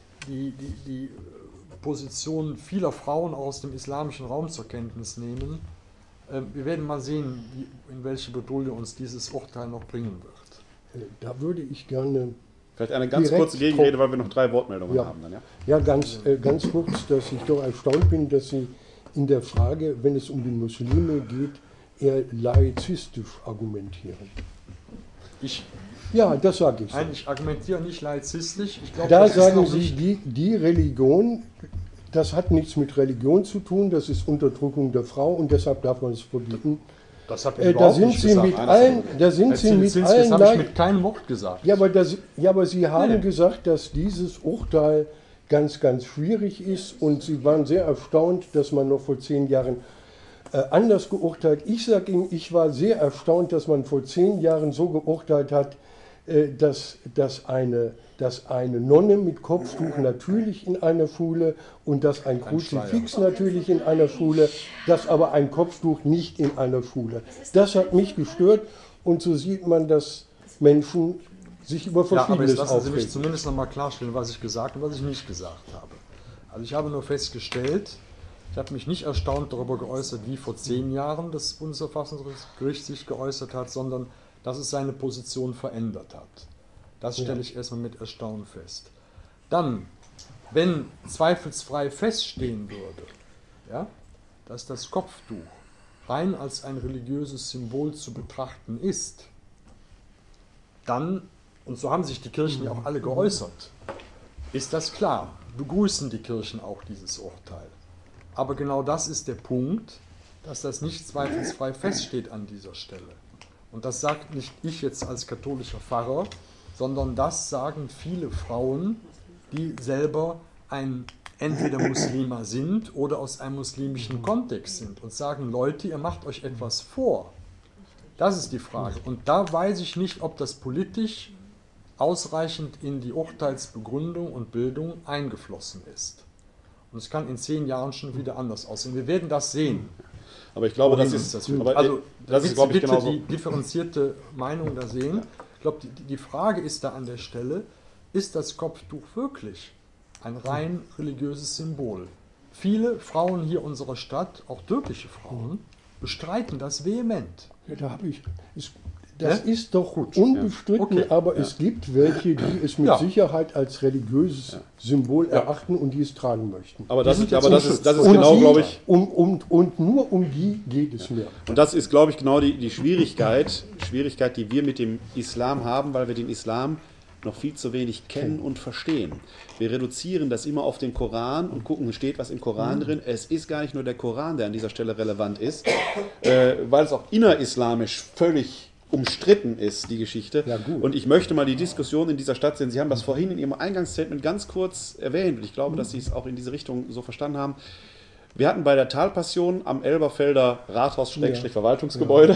[SPEAKER 2] die Position vieler Frauen aus dem islamischen Raum zur Kenntnis nehmen. Wir werden mal sehen, in welche Bredouille uns dieses Urteil noch bringen wird.
[SPEAKER 3] Da würde ich gerne...
[SPEAKER 1] Vielleicht eine ganz kurze Gegenrede, weil wir noch 3 Wortmeldungen haben. Dann, ja?
[SPEAKER 3] Ja, ganz kurz, dass ich doch erstaunt bin, dass Sie in der Frage, wenn es um die Muslime geht, eher laizistisch argumentieren. Ja, das sage ich so.
[SPEAKER 2] Nein, ich argumentiere nicht laizistisch. Ich glaube,
[SPEAKER 3] Da
[SPEAKER 2] das ist
[SPEAKER 3] sagen
[SPEAKER 2] noch
[SPEAKER 3] Sie,
[SPEAKER 2] nicht
[SPEAKER 3] die Religion, das hat nichts mit Religion zu tun, das ist Unterdrückung der Frau und deshalb darf man es verbieten.
[SPEAKER 2] Das habe ich
[SPEAKER 3] Da
[SPEAKER 2] überhaupt
[SPEAKER 3] sind
[SPEAKER 2] nicht
[SPEAKER 3] Sie
[SPEAKER 2] gesagt.
[SPEAKER 3] mit allen, da sind Sie mit
[SPEAKER 2] Das
[SPEAKER 3] allen
[SPEAKER 2] habe ich mit keinem Wort gesagt.
[SPEAKER 3] Ja, aber Sie haben gesagt, dass dieses Urteil ganz, ganz schwierig ist und Sie waren sehr erstaunt, dass man noch vor 10 Jahren anders geurteilt. Ich sage Ihnen, ich war sehr erstaunt, dass man vor 10 Jahren so geurteilt hat, dass eine Nonne mit Kopftuch natürlich in einer Schule und dass ein Kruzifix natürlich in einer Schule, dass aber ein Kopftuch nicht in einer Schule. Das hat mich gestört und so sieht man, dass Menschen sich über
[SPEAKER 2] Ja, aber
[SPEAKER 3] Verschiedenes
[SPEAKER 2] jetzt lassen Sie mich
[SPEAKER 3] aufregen.
[SPEAKER 2] zumindest noch mal klarstellen, was ich gesagt und was ich nicht gesagt habe. Also ich habe nur festgestellt, ich habe mich nicht erstaunt darüber geäußert, wie vor 10 Jahren das Bundesverfassungsgericht sich geäußert hat, sondern dass es seine Position verändert hat. Das stelle ich erstmal mit Erstaunen fest. Dann, wenn zweifelsfrei feststehen würde, ja, dass das Kopftuch rein als ein religiöses Symbol zu betrachten ist, dann, und so haben sich die Kirchen ja auch alle geäußert, ist das klar, begrüßen die Kirchen auch dieses Urteil. Aber genau das ist der Punkt, dass das nicht zweifelsfrei feststeht an dieser Stelle. Und das sagt nicht ich jetzt als katholischer Pfarrer, sondern das sagen viele Frauen, die selber entweder Muslima sind oder aus einem muslimischen Kontext sind und sagen, Leute, ihr macht euch etwas vor. Das ist die Frage. Und da weiß ich nicht, ob das politisch ausreichend in die Urteilsbegründung und Bildung eingeflossen ist. Und es kann in 10 Jahren schon wieder anders aussehen. Wir werden das sehen.
[SPEAKER 1] Aber ich glaube,
[SPEAKER 2] Wohin
[SPEAKER 1] das
[SPEAKER 2] uns
[SPEAKER 1] ist,
[SPEAKER 2] das führt.
[SPEAKER 1] aber
[SPEAKER 2] Also,
[SPEAKER 1] das ist, glaube ich,
[SPEAKER 2] bitte
[SPEAKER 1] genauso.
[SPEAKER 2] die differenzierte Meinung da sehen. Ich glaube, die Frage ist da an der Stelle, ist das Kopftuch wirklich ein rein religiöses Symbol? Viele Frauen hier unserer Stadt, auch türkische Frauen, bestreiten das vehement.
[SPEAKER 3] Ja, das ist doch unbestritten,
[SPEAKER 2] Okay.
[SPEAKER 3] aber es gibt welche, die es mit Sicherheit als religiöses Symbol erachten und die es tragen möchten.
[SPEAKER 1] Aber das
[SPEAKER 2] Die
[SPEAKER 1] ist,
[SPEAKER 2] sind
[SPEAKER 1] aber
[SPEAKER 2] jetzt
[SPEAKER 1] das ist, das ist
[SPEAKER 3] Und
[SPEAKER 1] genau,
[SPEAKER 3] die-
[SPEAKER 1] glaube ich,
[SPEAKER 3] Und nur um die geht es mir.
[SPEAKER 1] und das ist, glaube ich, genau die Schwierigkeit, die wir mit dem Islam haben, weil wir den Islam noch viel zu wenig kennen und verstehen. Wir reduzieren das immer auf den Koran und gucken, steht was im Koran drin. Es ist gar nicht nur der Koran, der an dieser Stelle relevant ist, weil es auch innerislamisch völlig umstritten ist, die Geschichte.
[SPEAKER 3] Ja, gut.
[SPEAKER 1] Und ich möchte mal die Diskussion in dieser Stadt sehen. Sie haben das vorhin in Ihrem Eingangsstatement ganz kurz erwähnt und ich glaube, dass Sie es auch in diese Richtung so verstanden haben. Wir hatten bei der Talpassion am Elberfelder Rathaus-Verwaltungsgebäude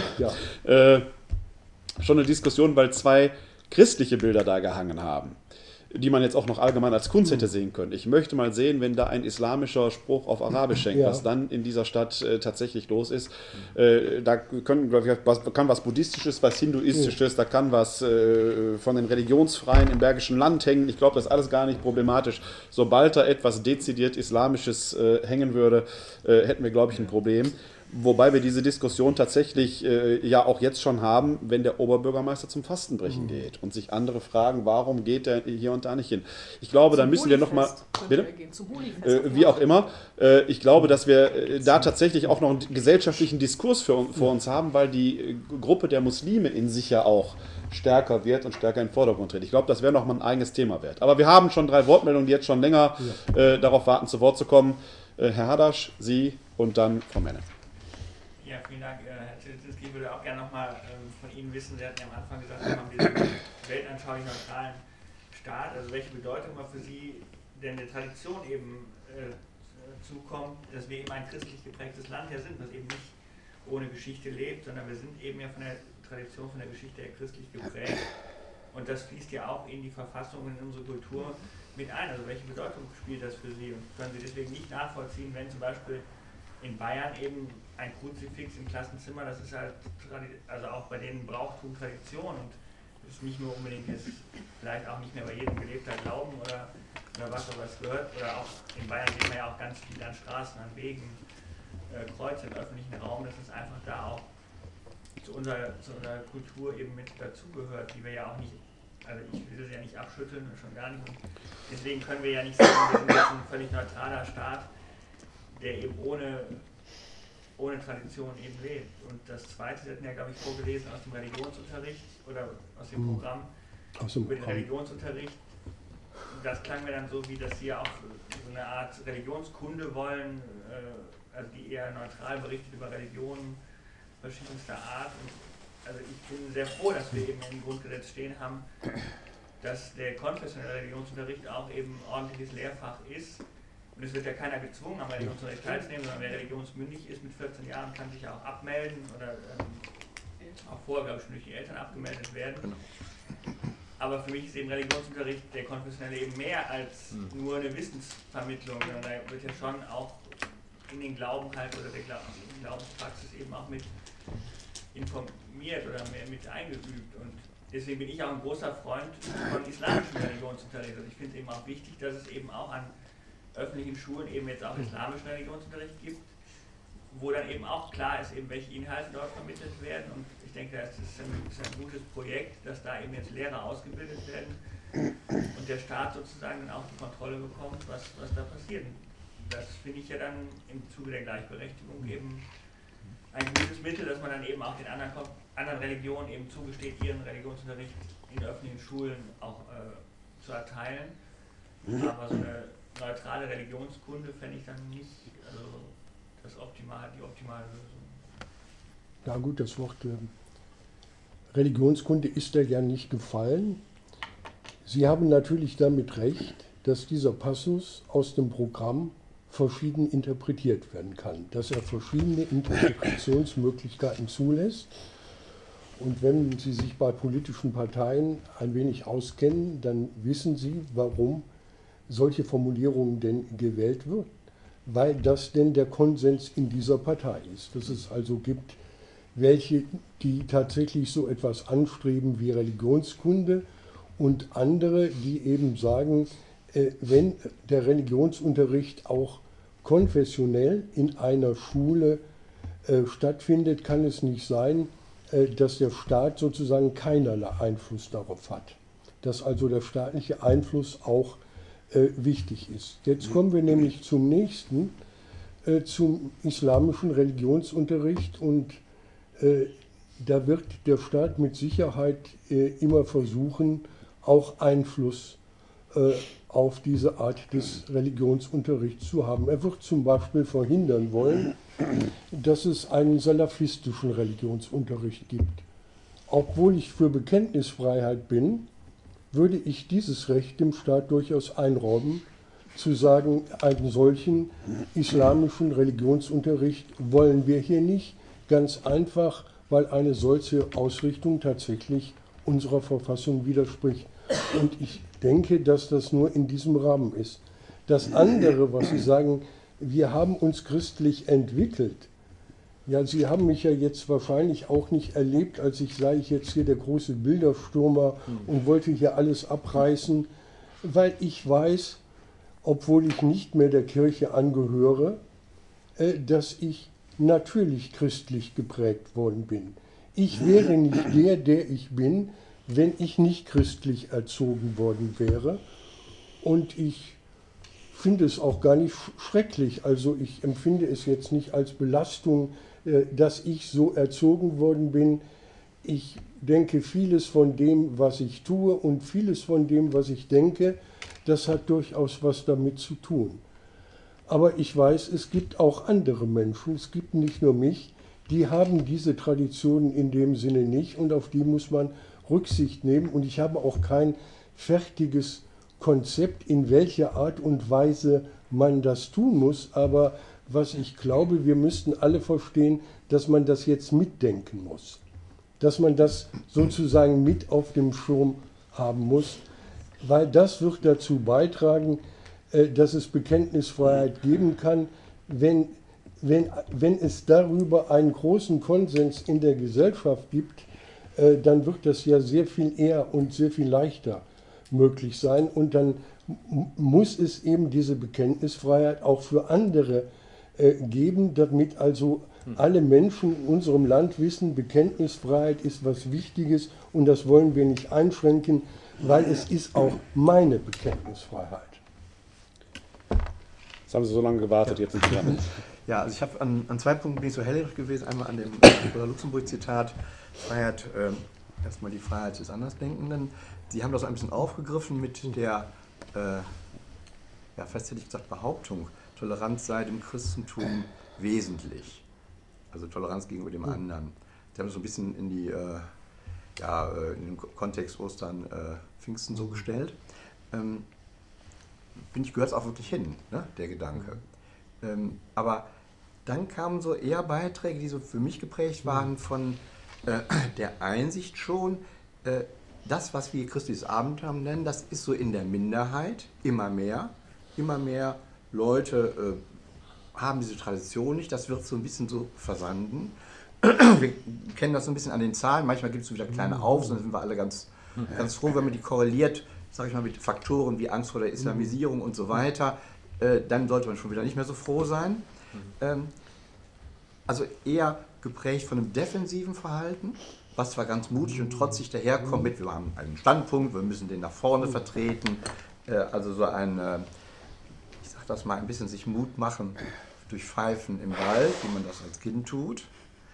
[SPEAKER 1] schon eine Diskussion, weil 2 christliche Bilder da gehangen haben, die man jetzt auch noch allgemein als Kunst hätte sehen können. Ich möchte mal sehen, wenn da ein islamischer Spruch auf Arabisch hängt, was dann in dieser Stadt tatsächlich los ist. Da kann was Buddhistisches, was Hinduistisches, da kann was von den Religionsfreien im Bergischen Land hängen. Ich glaube, das ist alles gar nicht problematisch. Sobald da etwas dezidiert Islamisches hängen würde, hätten wir, glaube ich, ein Problem. Wobei wir diese Diskussion tatsächlich ja auch jetzt schon haben, wenn der Oberbürgermeister zum Fastenbrechen geht und sich andere fragen, warum geht er hier und da nicht hin. Ich glaube, da müssen wir nochmal, wie auch immer, ich glaube, dass wir da tatsächlich auch noch einen gesellschaftlichen Diskurs vor uns haben, weil die Gruppe der Muslime in sich ja auch stärker wird und stärker in den Vordergrund tritt. Ich glaube, das wäre nochmal ein eigenes Thema wert. Aber wir haben schon 3 Wortmeldungen, die jetzt schon länger darauf warten, zu Wort zu kommen. Herr Hadasch, Sie und dann Frau Menne.
[SPEAKER 8] Ja, vielen Dank. Herr Zielinski, ich würde auch gerne nochmal von Ihnen wissen, Sie hatten ja am Anfang gesagt, Sie haben diesen weltanschaulich neutralen Staat, also welche Bedeutung mal für Sie denn der Tradition eben zukommt, dass wir eben ein christlich geprägtes Land ja sind, was eben nicht ohne Geschichte lebt, sondern wir sind eben ja von der Tradition, von der Geschichte her christlich geprägt. Und das fließt ja auch in die Verfassung und in unsere Kultur mit ein. Also welche Bedeutung spielt das für Sie? Und können Sie deswegen nicht nachvollziehen, wenn zum Beispiel in Bayern eben ein Kruzifix im Klassenzimmer, das ist halt, also auch bei denen Brauchtum, Tradition und ist nicht nur unbedingt jetzt vielleicht auch nicht mehr bei jedem gelebter Glauben oder was, aber es gehört, oder auch in Bayern sieht man ja auch ganz viel an Straßen, an Wegen, Kreuze im öffentlichen Raum, dass es einfach da auch zu unserer Kultur eben mit dazugehört, die wir ja auch nicht, also ich will das ja nicht abschütteln, schon gar nicht. Und deswegen können wir ja nicht sagen, wir sind jetzt ein völlig neutraler Staat, der eben ohne Tradition eben lebt. Und das Zweite, Sie hatten ja, glaube ich, vorgelesen aus dem Religionsunterricht oder aus dem Programm über den Religionsunterricht. Das klang mir dann so, wie dass Sie ja auch so eine Art Religionskunde wollen, also die eher neutral berichtet über Religionen verschiedenster Art. Und also ich bin sehr froh, dass wir eben im Grundgesetz stehen haben, dass der konfessionelle Religionsunterricht auch eben ordentliches Lehrfach ist. Und es wird ja keiner gezwungen, am Religionsunterricht teilzunehmen, sondern wer religionsmündig ist mit 14 Jahren, kann sich ja auch abmelden oder auch vorher, glaube ich, schon durch die Eltern abgemeldet werden. Aber für mich ist eben Religionsunterricht, der konfessionelle, eben mehr als nur eine Wissensvermittlung, sondern da wird ja schon auch in den Glauben halt oder der Glaubenspraxis eben auch mit informiert oder mehr mit eingeübt. Und deswegen bin ich auch ein großer Freund von islamischem Religionsunterricht. Also ich finde es eben auch wichtig, dass es eben auch an öffentlichen Schulen eben jetzt auch islamischen Religionsunterricht gibt, wo dann eben auch klar ist, eben welche Inhalte dort vermittelt werden. Und ich denke, das ist ein gutes Projekt, dass da eben jetzt Lehrer ausgebildet werden und der Staat sozusagen dann auch die Kontrolle bekommt, was da passiert. Das finde ich ja dann im Zuge der Gleichberechtigung eben ein gutes Mittel, dass man dann eben auch den anderen Religionen eben zugesteht, ihren Religionsunterricht in öffentlichen Schulen auch zu erteilen. Aber so eine neutrale Religionskunde fände ich dann nicht die optimale Lösung.
[SPEAKER 3] Ja gut, das Wort Religionskunde ist ja nicht gefallen. Sie haben natürlich damit recht, dass dieser Passus aus dem Programm verschieden interpretiert werden kann, dass er verschiedene Interpretationsmöglichkeiten zulässt. Und wenn Sie sich bei politischen Parteien ein wenig auskennen, dann wissen Sie, warum solche Formulierungen denn gewählt wird, weil das denn der Konsens in dieser Partei ist. Dass es also gibt welche, die tatsächlich so etwas anstreben wie Religionskunde und andere, die eben sagen, wenn der Religionsunterricht auch konfessionell in einer Schule stattfindet, kann es nicht sein, dass der Staat sozusagen keinerlei Einfluss darauf hat. Dass also der staatliche Einfluss auch wichtig ist. Jetzt kommen wir nämlich zum nächsten, zum islamischen Religionsunterricht, und da wird der Staat mit Sicherheit immer versuchen, auch Einfluss auf diese Art des Religionsunterrichts zu haben. Er wird zum Beispiel verhindern wollen, dass es einen salafistischen Religionsunterricht gibt. Obwohl ich für Bekenntnisfreiheit bin, würde ich dieses Recht dem Staat durchaus einräumen, zu sagen, einen solchen islamischen Religionsunterricht wollen wir hier nicht, ganz einfach, weil eine solche Ausrichtung tatsächlich unserer Verfassung widerspricht. Und ich denke, dass das nur in diesem Rahmen ist. Das andere, was Sie sagen, wir haben uns christlich entwickelt. Ja, Sie haben mich ja jetzt wahrscheinlich auch nicht erlebt, als sei ich jetzt hier der große Bilderstürmer und wollte hier alles abreißen, weil ich weiß, obwohl ich nicht mehr der Kirche angehöre, dass ich natürlich christlich geprägt worden bin. Ich wäre nicht der ich bin, wenn ich nicht christlich erzogen worden wäre. Und ich finde es auch gar nicht schrecklich. Also ich empfinde es jetzt nicht als Belastung, dass ich so erzogen worden bin. Ich denke, vieles von dem, was ich tue und vieles von dem, was ich denke, das hat durchaus was damit zu tun. Aber ich weiß, es gibt auch andere Menschen, es gibt nicht nur mich, die haben diese Traditionen in dem Sinne nicht und auf die muss man Rücksicht nehmen. Und ich habe auch kein fertiges Konzept, in welcher Art und Weise man das tun muss. Aber was ich glaube, wir müssten alle verstehen, dass man das jetzt mitdenken muss. Dass man das sozusagen mit auf dem Schirm haben muss, weil das wird dazu beitragen, dass es Bekenntnisfreiheit geben kann, wenn es darüber einen großen Konsens in der Gesellschaft gibt, dann wird das ja sehr viel eher und sehr viel leichter möglich sein. Und dann muss es eben diese Bekenntnisfreiheit auch für andere geben, damit also alle Menschen in unserem Land wissen, Bekenntnisfreiheit ist was Wichtiges und das wollen wir nicht einschränken, weil es ist auch meine Bekenntnisfreiheit.
[SPEAKER 1] Jetzt haben Sie so lange gewartet, jetzt sind Sie dran.
[SPEAKER 7] Ja, also ich habe an 2 Punkten bin ich so hellhörig gewesen. Einmal an dem Luxemburg-Zitat, Freiheit, erstmal die Freiheit des Andersdenkenden. Sie haben das ein bisschen aufgegriffen mit der, ja, fast hätte ich gesagt, Behauptung, Toleranz sei dem Christentum wesentlich. Also Toleranz gegenüber dem anderen. Sie haben das so ein bisschen in die, in den Kontext Ostern, Pfingsten so gestellt. Finde ich, gehört es auch wirklich hin, ne, der Gedanke. Aber dann kamen so eher Beiträge, die so für mich geprägt waren von der Einsicht schon, das, was wir christliches Abendmahl nennen, das ist so in der Minderheit, immer mehr Leute haben diese Tradition nicht, das wird so ein bisschen so versanden. Wir kennen das so ein bisschen an den Zahlen, manchmal gibt es so wieder kleine Aufs, dann sind wir alle ganz froh, wenn man die korreliert, sage ich mal, mit Faktoren wie Angst vor der Islamisierung und so weiter, dann sollte man schon wieder nicht mehr so froh sein. Also eher geprägt von einem defensiven Verhalten, was zwar ganz mutig und trotzig daherkommt mit, wir haben einen Standpunkt, wir müssen den nach vorne vertreten, also so ein, ich sage das mal, ein bisschen sich Mut machen durch Pfeifen im Wald, wie man das als Kind tut.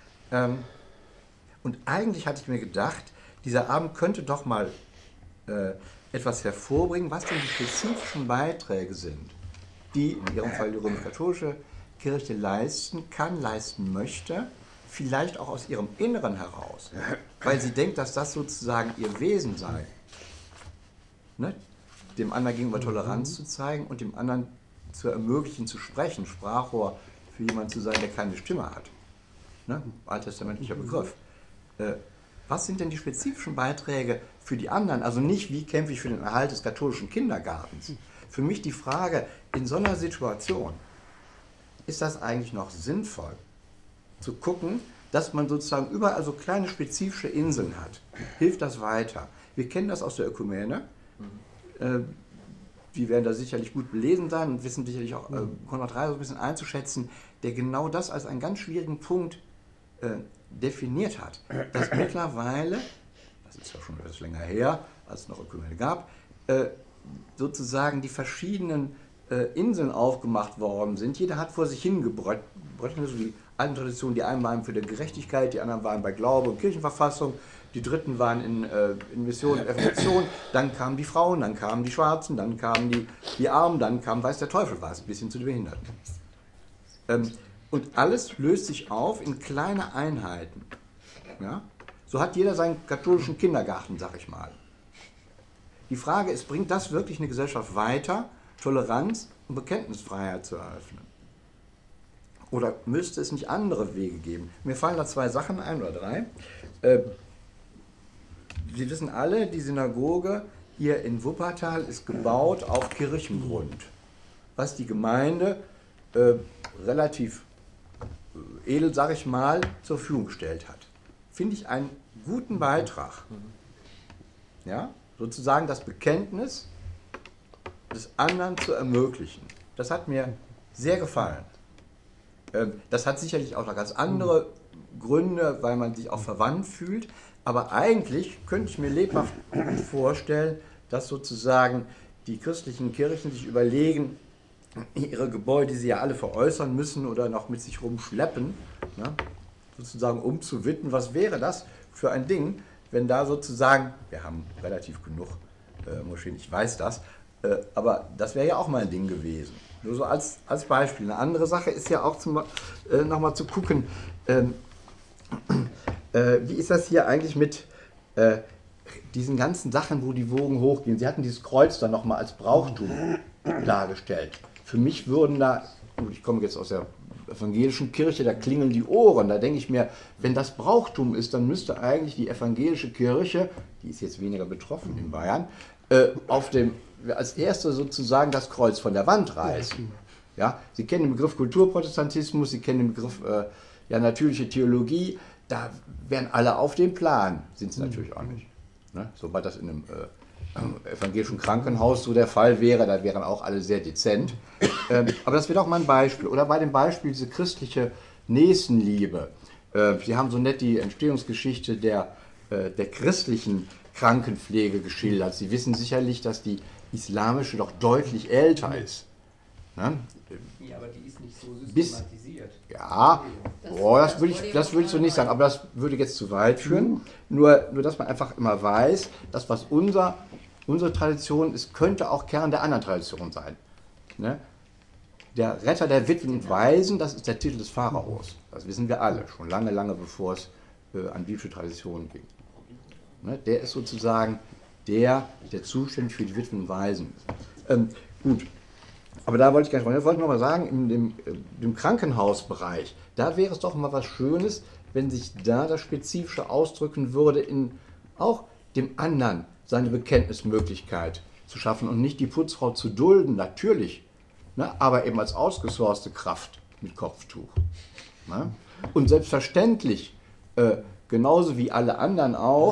[SPEAKER 7] Und eigentlich hatte ich mir gedacht, dieser Abend könnte doch mal etwas hervorbringen, was denn die spezifischen Beiträge sind, die in Ihrem Fall die römisch-katholische Kirche leisten kann, leisten möchte, vielleicht auch aus ihrem Inneren heraus, weil sie denkt, dass das sozusagen ihr Wesen sei, ne? Dem anderen gegenüber Toleranz zu zeigen und dem anderen zu ermöglichen, zu sprechen, Sprachrohr für jemanden zu sein, der keine Stimme hat. Ne? Alttestamentlicher Begriff. Was sind denn die spezifischen Beiträge für die anderen? Also nicht, wie kämpfe ich für den Erhalt des katholischen Kindergartens. Für mich die Frage, in so einer Situation, ist das eigentlich noch sinnvoll, zu gucken, dass man sozusagen überall so kleine spezifische Inseln hat? Hilft das weiter? Wir kennen das aus der Ökumene. Die werden da sicherlich gut belesen sein und wissen sicherlich auch Konrad Reiser so ein bisschen einzuschätzen, der genau das als einen ganz schwierigen Punkt definiert hat. Dass mittlerweile, das ist ja schon etwas länger her, als es noch Ökumene gab, sozusagen die verschiedenen Inseln aufgemacht worden sind. Jeder hat vor sich hingebröckelt, so die alten Traditionen, die einen waren für die Gerechtigkeit, die anderen waren bei Glaube und Kirchenverfassung, die dritten waren in Mission und Evolution, dann kamen die Frauen, dann kamen die Schwarzen, dann kamen die Armen, dann kam weiß der Teufel was, bis hin zu den Behinderten. Und alles löst sich auf in kleine Einheiten. Ja? So hat jeder seinen katholischen Kindergarten, sag ich mal. Die Frage ist, bringt das wirklich eine Gesellschaft weiter, Toleranz und Bekenntnisfreiheit zu eröffnen? Oder müsste es nicht andere Wege geben? Mir fallen da 2 Sachen ein oder 3. Sie wissen alle, die Synagoge hier in Wuppertal ist gebaut auf Kirchengrund, was die Gemeinde relativ edel, sage ich mal, zur Verfügung gestellt hat. Finde ich einen guten Beitrag. Ja? Sozusagen das Bekenntnis des anderen zu ermöglichen. Das hat mir sehr gefallen. Das hat sicherlich auch noch ganz andere Gründe, weil man sich auch verwandt fühlt. Aber eigentlich könnte ich mir lebhaft vorstellen, dass sozusagen die christlichen Kirchen sich überlegen, ihre Gebäude, die sie ja alle veräußern müssen oder noch mit sich rumschleppen, ne, sozusagen umzuwidmen. Was wäre das für ein Ding, wenn da sozusagen, wir haben relativ genug Moscheen, ich weiß das, aber das wäre ja auch mal ein Ding gewesen. Nur so als Beispiel. Eine andere Sache ist ja auch nochmal zu gucken, wie ist das hier eigentlich mit diesen ganzen Sachen, wo die Wogen hochgehen. Sie hatten dieses Kreuz dann nochmal als Brauchtum dargestellt. Für mich würden da, ich komme jetzt aus der evangelischen Kirche, da klingeln die Ohren. Da denke ich mir, wenn das Brauchtum ist, dann müsste eigentlich die evangelische Kirche, die ist jetzt weniger betroffen in Bayern, als erste sozusagen das Kreuz von der Wand reißen. Ja, Sie kennen den Begriff Kulturprotestantismus, Sie kennen den Begriff natürliche Theologie, da wären alle auf dem Plan, sind sie natürlich auch nicht. Ne? Sobald das in einem evangelischen Krankenhaus so der Fall wäre, da wären auch alle sehr dezent. Aber das wäre doch mal ein Beispiel. Oder bei dem Beispiel diese christliche Nächstenliebe. Sie haben so nett die Entstehungsgeschichte der christlichen Krankenpflege geschildert. Sie wissen sicherlich, dass die islamische doch deutlich älter ist. Ne?
[SPEAKER 6] Ja, aber die ist nicht so
[SPEAKER 7] systematisiert. Ja, das würde ich so nicht sagen, aber das würde jetzt zu weit führen. Nur, dass man einfach immer weiß, dass was unsere Tradition ist, könnte auch Kern der anderen Tradition sein. Ne? Der Retter der Witwen und Waisen, das ist der Titel des Pharaos. Das wissen wir alle, schon lange, lange bevor es an biblische Traditionen ging. Ne? Der ist sozusagen der zuständig für die Witwen und Waisen ist. Gut. Aber da wollte ich gar nicht rein. Ich wollte noch mal sagen, in dem Krankenhausbereich, da wäre es doch mal was Schönes, wenn sich da das Spezifische ausdrücken würde, in auch dem anderen seine Bekenntnismöglichkeit zu schaffen und nicht die Putzfrau zu dulden, natürlich, ne, aber eben als ausgesourcete Kraft mit Kopftuch. Ne? Und selbstverständlich, genauso wie alle anderen auch,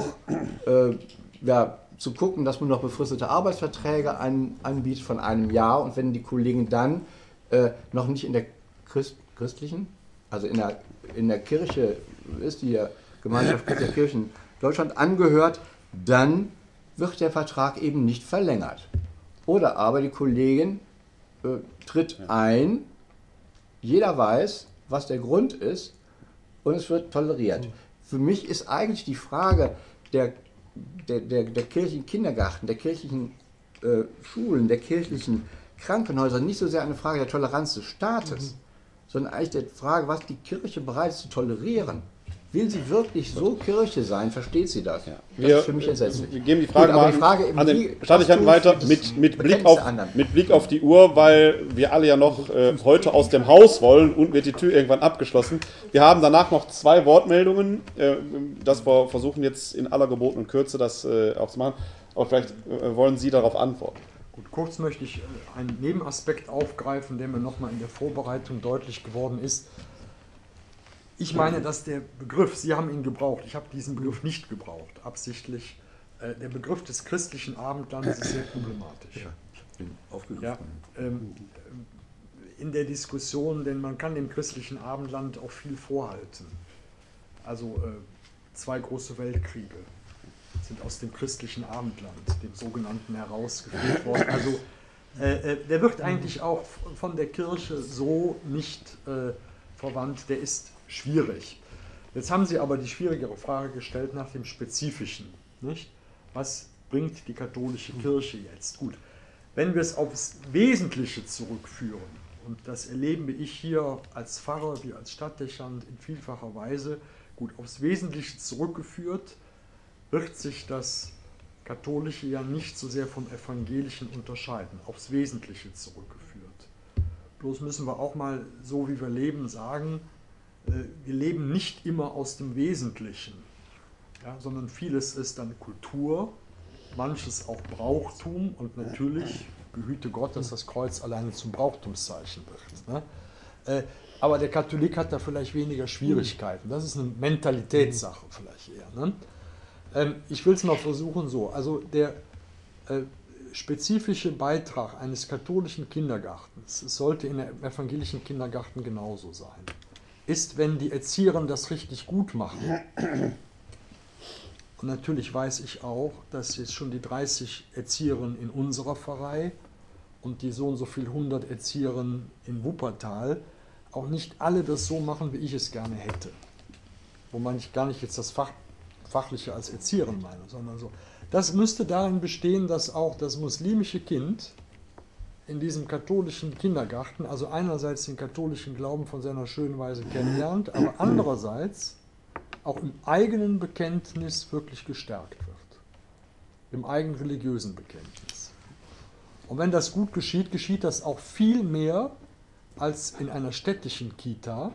[SPEAKER 7] zu gucken, dass man noch befristete Arbeitsverträge anbietet von einem Jahr, und wenn die Kollegen dann noch nicht in der christlichen, also in der Kirche ist, die Gemeinschaft der Kirchen Deutschland angehört, dann wird der Vertrag eben nicht verlängert. Oder aber die Kollegin tritt ein, jeder weiß, was der Grund ist, und es wird toleriert. Für mich ist eigentlich die Frage der kirchlichen Kindergarten, der kirchlichen Schulen, der kirchlichen Krankenhäuser nicht so sehr eine Frage der Toleranz des Staates, sondern eigentlich die Frage, was die Kirche bereit ist zu tolerieren. Will sie wirklich so Kirche sein? Versteht sie das? Ja. Das ist für mich entsetzlich.
[SPEAKER 1] Wir geben die Frage mal an den Stadtdechanten weiter mit Blick auf die Uhr, weil wir alle ja noch heute aus dem Haus wollen und wird die Tür irgendwann abgeschlossen. Wir haben danach noch 2 Wortmeldungen, das wir versuchen jetzt in aller gebotenen Kürze das auch zu machen. Aber vielleicht wollen Sie darauf antworten.
[SPEAKER 2] Gut, kurz möchte ich einen Nebenaspekt aufgreifen, der mir nochmal in der Vorbereitung deutlich geworden ist. Ich meine, dass der Begriff, Sie haben ihn gebraucht, ich habe diesen Begriff nicht gebraucht, absichtlich. Der Begriff des christlichen Abendlandes ist sehr problematisch.
[SPEAKER 7] Ja, ich habe den aufgegriffen.
[SPEAKER 2] Ja, in der Diskussion, denn man kann dem christlichen Abendland auch viel vorhalten. Also 2 große Weltkriege sind aus dem christlichen Abendland, dem sogenannten, herausgeführt worden. Also der wird eigentlich auch von der Kirche so nicht verwandt, der ist schwierig. Jetzt haben Sie aber die schwierigere Frage gestellt nach dem Spezifischen. Nicht? Was bringt die katholische Kirche jetzt? Gut, wenn wir es aufs Wesentliche zurückführen, und das erlebe ich hier als Pfarrer wie als Stadtdechant in vielfacher Weise, gut, aufs Wesentliche zurückgeführt, wird sich das Katholische ja nicht so sehr vom Evangelischen unterscheiden, aufs Wesentliche zurückgeführt. Bloß müssen wir auch mal, so wie wir leben, sagen, wir leben nicht immer aus dem Wesentlichen, ja, sondern vieles ist dann Kultur, manches auch Brauchtum, und natürlich, behüte Gott, dass das Kreuz alleine zum Brauchtumszeichen wird. Ne? Aber der Katholik hat da vielleicht weniger Schwierigkeiten. Das ist eine Mentalitätssache vielleicht eher. Ne? Ich will es mal versuchen so. Also spezifische Beitrag eines katholischen Kindergartens, es sollte in einem evangelischen Kindergarten genauso sein, ist, wenn die Erzieherinnen das richtig gut machen. Und natürlich weiß ich auch, dass jetzt schon die 30 Erzieherinnen in unserer Pfarrei und die so und so viel 100 Erzieherinnen in Wuppertal auch nicht alle das so machen, wie ich es gerne hätte. Wo man gar nicht jetzt das Fachliche als Erzieherin meine, sondern so. Das müsste darin bestehen, dass auch das muslimische Kind in diesem katholischen Kindergarten, also einerseits den katholischen Glauben von seiner schönen Weise kennenlernt, aber andererseits auch im eigenen Bekenntnis wirklich gestärkt wird. Im eigenen religiösen Bekenntnis. Und wenn das gut geschieht, geschieht das auch viel mehr als in einer städtischen Kita,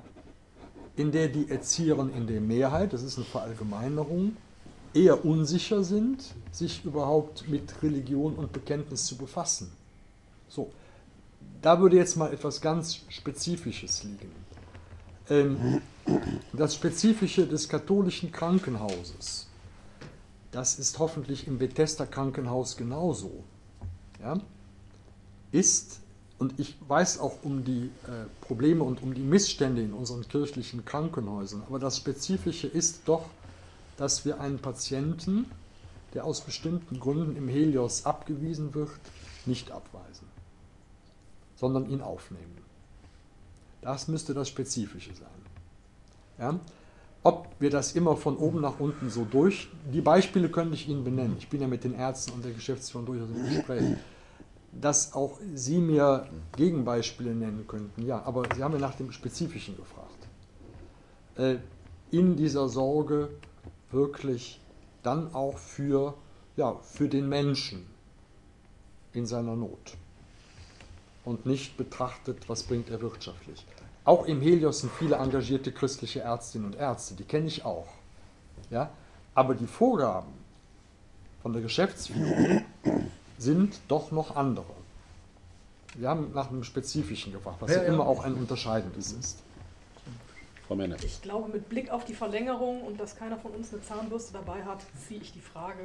[SPEAKER 2] in der die Erzieherinnen in der Mehrheit, das ist eine Verallgemeinerung, eher unsicher sind, sich überhaupt mit Religion und Bekenntnis zu befassen. So, da würde jetzt mal etwas ganz Spezifisches liegen. Das Spezifische des katholischen Krankenhauses, das ist hoffentlich im Bethesda Krankenhaus genauso, ja, ist, und ich weiß auch um die Probleme und um die Missstände in unseren kirchlichen Krankenhäusern, aber das Spezifische ist doch, dass wir einen Patienten, der aus bestimmten Gründen im Helios abgewiesen wird, nicht abweisen, sondern ihn aufnehmen. Das müsste das Spezifische sein. Ja? Ob wir das immer von oben nach unten so durch, die Beispiele könnte ich Ihnen benennen. Ich bin ja mit den Ärzten und der Geschäftsführung durchaus im Gespräch. Dass auch Sie mir Gegenbeispiele nennen könnten, ja, aber Sie haben ja nach dem Spezifischen gefragt. In dieser Sorge wirklich dann auch für den Menschen in seiner Not und nicht betrachtet, was bringt er wirtschaftlich. Auch im Helios sind viele engagierte christliche Ärztinnen und Ärzte, die kenne ich auch. Ja? Aber die Vorgaben von der Geschäftsführung sind doch noch andere. Wir haben nach einem Spezifischen gefragt, was ja immer auch ein unterscheidendes ist.
[SPEAKER 1] Frau Menne.
[SPEAKER 5] Ich glaube, mit Blick auf die Verlängerung und dass keiner von uns eine Zahnbürste dabei hat, ziehe ich die Frage.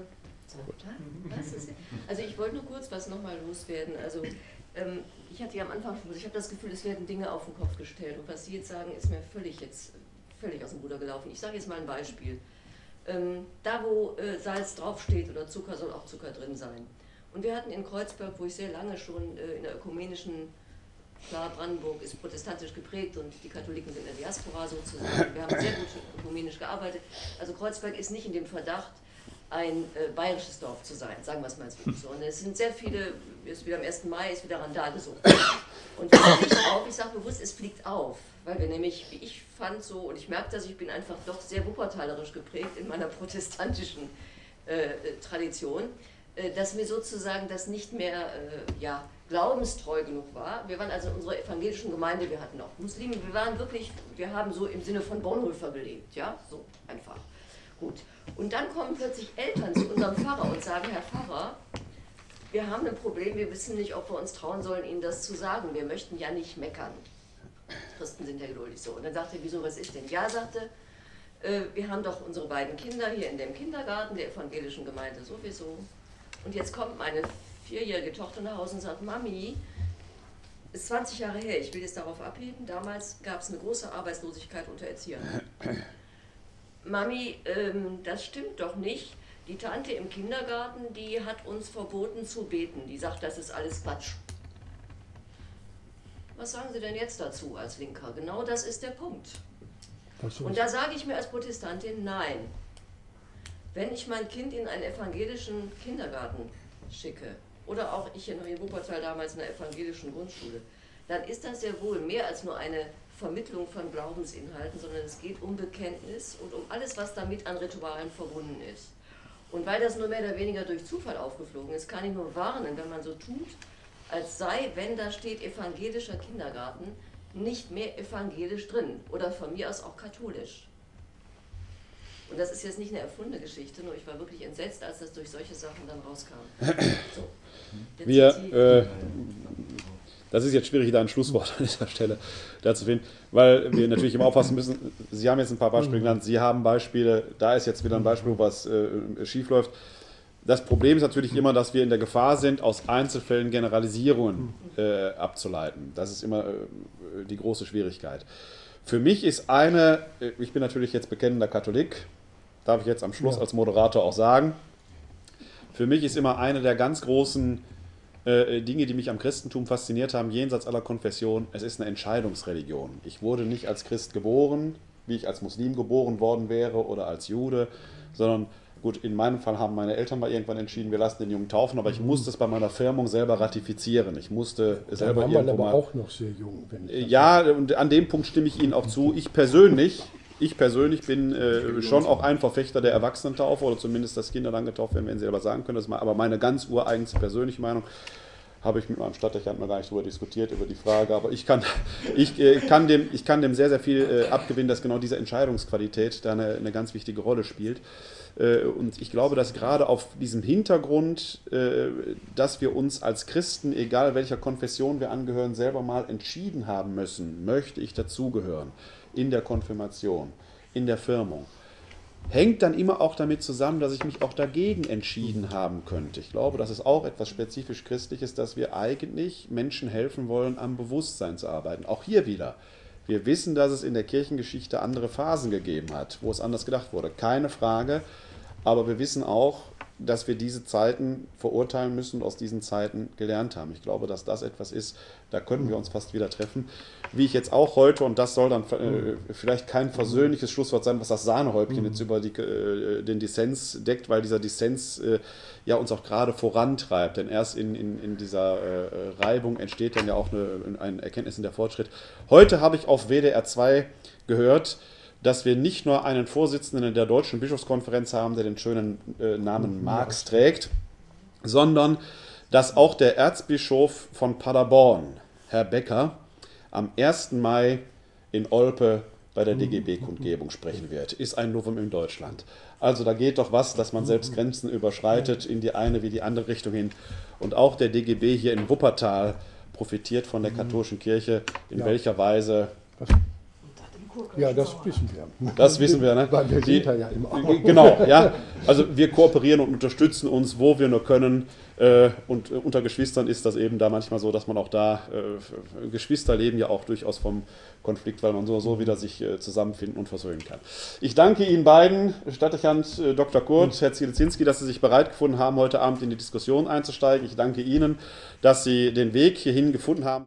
[SPEAKER 4] Also ich wollte nur kurz was nochmal loswerden. Also ich hatte ja am Anfang schon, ich habe das Gefühl, es werden Dinge auf den Kopf gestellt. Und was Sie jetzt sagen, ist mir völlig aus dem Ruder gelaufen. Ich sage jetzt mal ein Beispiel. Da, wo Salz draufsteht oder Zucker, soll auch Zucker drin sein. Und wir hatten in Kreuzberg, wo ich sehr lange schon in der ökumenischen, klar, Brandenburg ist protestantisch geprägt und die Katholiken sind in der Diaspora sozusagen. Wir haben sehr gut ökumenisch gearbeitet. Also Kreuzberg ist nicht in dem Verdacht, ein bayerisches Dorf zu sein, sagen wir es mal so. Und es sind sehr viele, ist wieder am 1. Mai, ist wieder Randale so. Und es fliegt auf, ich sage bewusst, es fliegt auf, weil wir nämlich, wie ich fand so, und ich merke das, ich bin einfach doch sehr wuppertalerisch geprägt in meiner protestantischen Tradition, dass mir sozusagen das nicht mehr glaubenstreu genug war. Wir waren also in unserer evangelischen Gemeinde, wir hatten auch Muslime, wir haben so im Sinne von Bonhoeffer gelebt, ja, so einfach. Gut. Und dann kommen plötzlich Eltern zu unserem Pfarrer und sagen, Herr Pfarrer, wir haben ein Problem, wir wissen nicht, ob wir uns trauen sollen, Ihnen das zu sagen. Wir möchten ja nicht meckern. Christen sind ja geduldig so. Und dann sagte er, wieso, was ist denn? Ja, sagte, wir haben doch unsere beiden Kinder hier in dem Kindergarten der evangelischen Gemeinde sowieso. Und jetzt kommt meine 4-jährige Tochter nach Hause und sagt, Mami, ist 20 Jahre her, ich will jetzt darauf abheben, damals gab es eine große Arbeitslosigkeit unter Erziehern. Mami, das stimmt doch nicht. Die Tante im Kindergarten, die hat uns verboten zu beten. Die sagt, das ist alles Quatsch. Was sagen Sie denn jetzt dazu als Linker? Genau das ist der Punkt. Und da sage ich mir als Protestantin, nein. Wenn ich mein Kind in einen evangelischen Kindergarten schicke, oder auch ich in Wuppertal damals in einer evangelischen Grundschule, dann ist das sehr wohl mehr als nur eine Vermittlung von Glaubensinhalten, sondern es geht um Bekenntnis und um alles, was damit an Ritualen verbunden ist. Und weil das nur mehr oder weniger durch Zufall aufgeflogen ist, kann ich nur warnen, wenn man so tut, als sei, wenn da steht evangelischer Kindergarten, nicht mehr evangelisch drin oder von mir aus auch katholisch. Und das ist jetzt nicht eine erfundene Geschichte, nur ich war wirklich entsetzt, als das durch solche Sachen dann rauskam. So,
[SPEAKER 1] das ist jetzt schwierig, da ein Schlusswort an dieser Stelle dazu finden, weil wir natürlich immer aufpassen müssen. Sie haben jetzt ein paar Beispiele genannt, Sie haben Beispiele, da ist jetzt wieder ein Beispiel, wo was schief läuft. Das Problem ist natürlich immer, dass wir in der Gefahr sind, aus Einzelfällen Generalisierungen abzuleiten. Das ist immer die große Schwierigkeit. Für mich ist ich bin natürlich jetzt bekennender Katholik, darf ich jetzt am Schluss als Moderator auch sagen, für mich ist immer eine der ganz großen Dinge, die mich am Christentum fasziniert haben, jenseits aller Konfession, es ist eine Entscheidungsreligion. Ich wurde nicht als Christ geboren, wie ich als Muslim geboren worden wäre oder als Jude, sondern gut, in meinem Fall haben meine Eltern mal irgendwann entschieden, wir lassen den Jungen taufen, aber ich musste es bei meiner Firmung selber ratifizieren. Ich musste selber
[SPEAKER 3] Da war man aber auch noch sehr jung. Wenn ich
[SPEAKER 1] ja, und an dem Punkt stimme ich Ihnen auch zu. Ich persönlich bin schon auch ein Verfechter der Erwachsenentaufe oder zumindest, dass Kinder dann getauft werden, wenn sie selber sagen können. Aber meine ganz ureigenste persönliche Meinung habe ich mit meinem Stadtdechant noch gar nicht darüber diskutiert, über die Frage. Aber ich kann dem sehr, sehr viel abgewinnen, dass genau diese Entscheidungsqualität da eine ganz wichtige Rolle spielt. Und ich glaube, dass gerade auf diesem Hintergrund, dass wir uns als Christen, egal welcher Konfession wir angehören, selber mal entschieden haben müssen, möchte ich dazugehören, in der Konfirmation, in der Firmung, hängt dann immer auch damit zusammen, dass ich mich auch dagegen entschieden haben könnte. Ich glaube, das ist auch etwas spezifisch Christliches, dass wir eigentlich Menschen helfen wollen, am Bewusstsein zu arbeiten. Auch hier wieder. Wir wissen, dass es in der Kirchengeschichte andere Phasen gegeben hat, wo es anders gedacht wurde. Keine Frage. Aber wir wissen auch, dass wir diese Zeiten verurteilen müssen und aus diesen Zeiten gelernt haben. Ich glaube, dass das etwas ist, da könnten wir uns fast wieder treffen. Wie ich jetzt auch heute, und das soll dann vielleicht kein versöhnliches Schlusswort sein, was das Sahnehäubchen jetzt über den Dissens deckt, weil dieser Dissens ja uns auch gerade vorantreibt. Denn erst in dieser Reibung entsteht dann ja auch ein Erkenntnis in der Fortschritt. Heute habe ich auf WDR 2 gehört, dass wir nicht nur einen Vorsitzenden der Deutschen Bischofskonferenz haben, der den schönen Namen Marx trägt, sondern dass auch der Erzbischof von Paderborn, Herr Becker, am 1. Mai in Olpe bei der DGB-Kundgebung sprechen wird. Ist ein Novum in Deutschland. Also da geht doch was, dass man selbst Grenzen überschreitet in die eine wie die andere Richtung hin. Und auch der DGB hier in Wuppertal profitiert von der katholischen Kirche. In welcher Weise...
[SPEAKER 3] Ja, das wissen wir.
[SPEAKER 1] Das wissen wir, ne?
[SPEAKER 3] Weil wir sind da ja immer.
[SPEAKER 1] Genau, ja. Also wir kooperieren und unterstützen uns, wo wir nur können. Und unter Geschwistern ist das eben da manchmal so, dass man auch da, Geschwister leben ja auch durchaus vom Konflikt, weil man so wieder sich zusammenfinden und versöhnen kann. Ich danke Ihnen beiden, Stadtdechant Dr. Kurt, Herr Zielezinski, dass Sie sich bereit gefunden haben, heute Abend in die Diskussion einzusteigen. Ich danke Ihnen, dass Sie den Weg hierhin gefunden haben.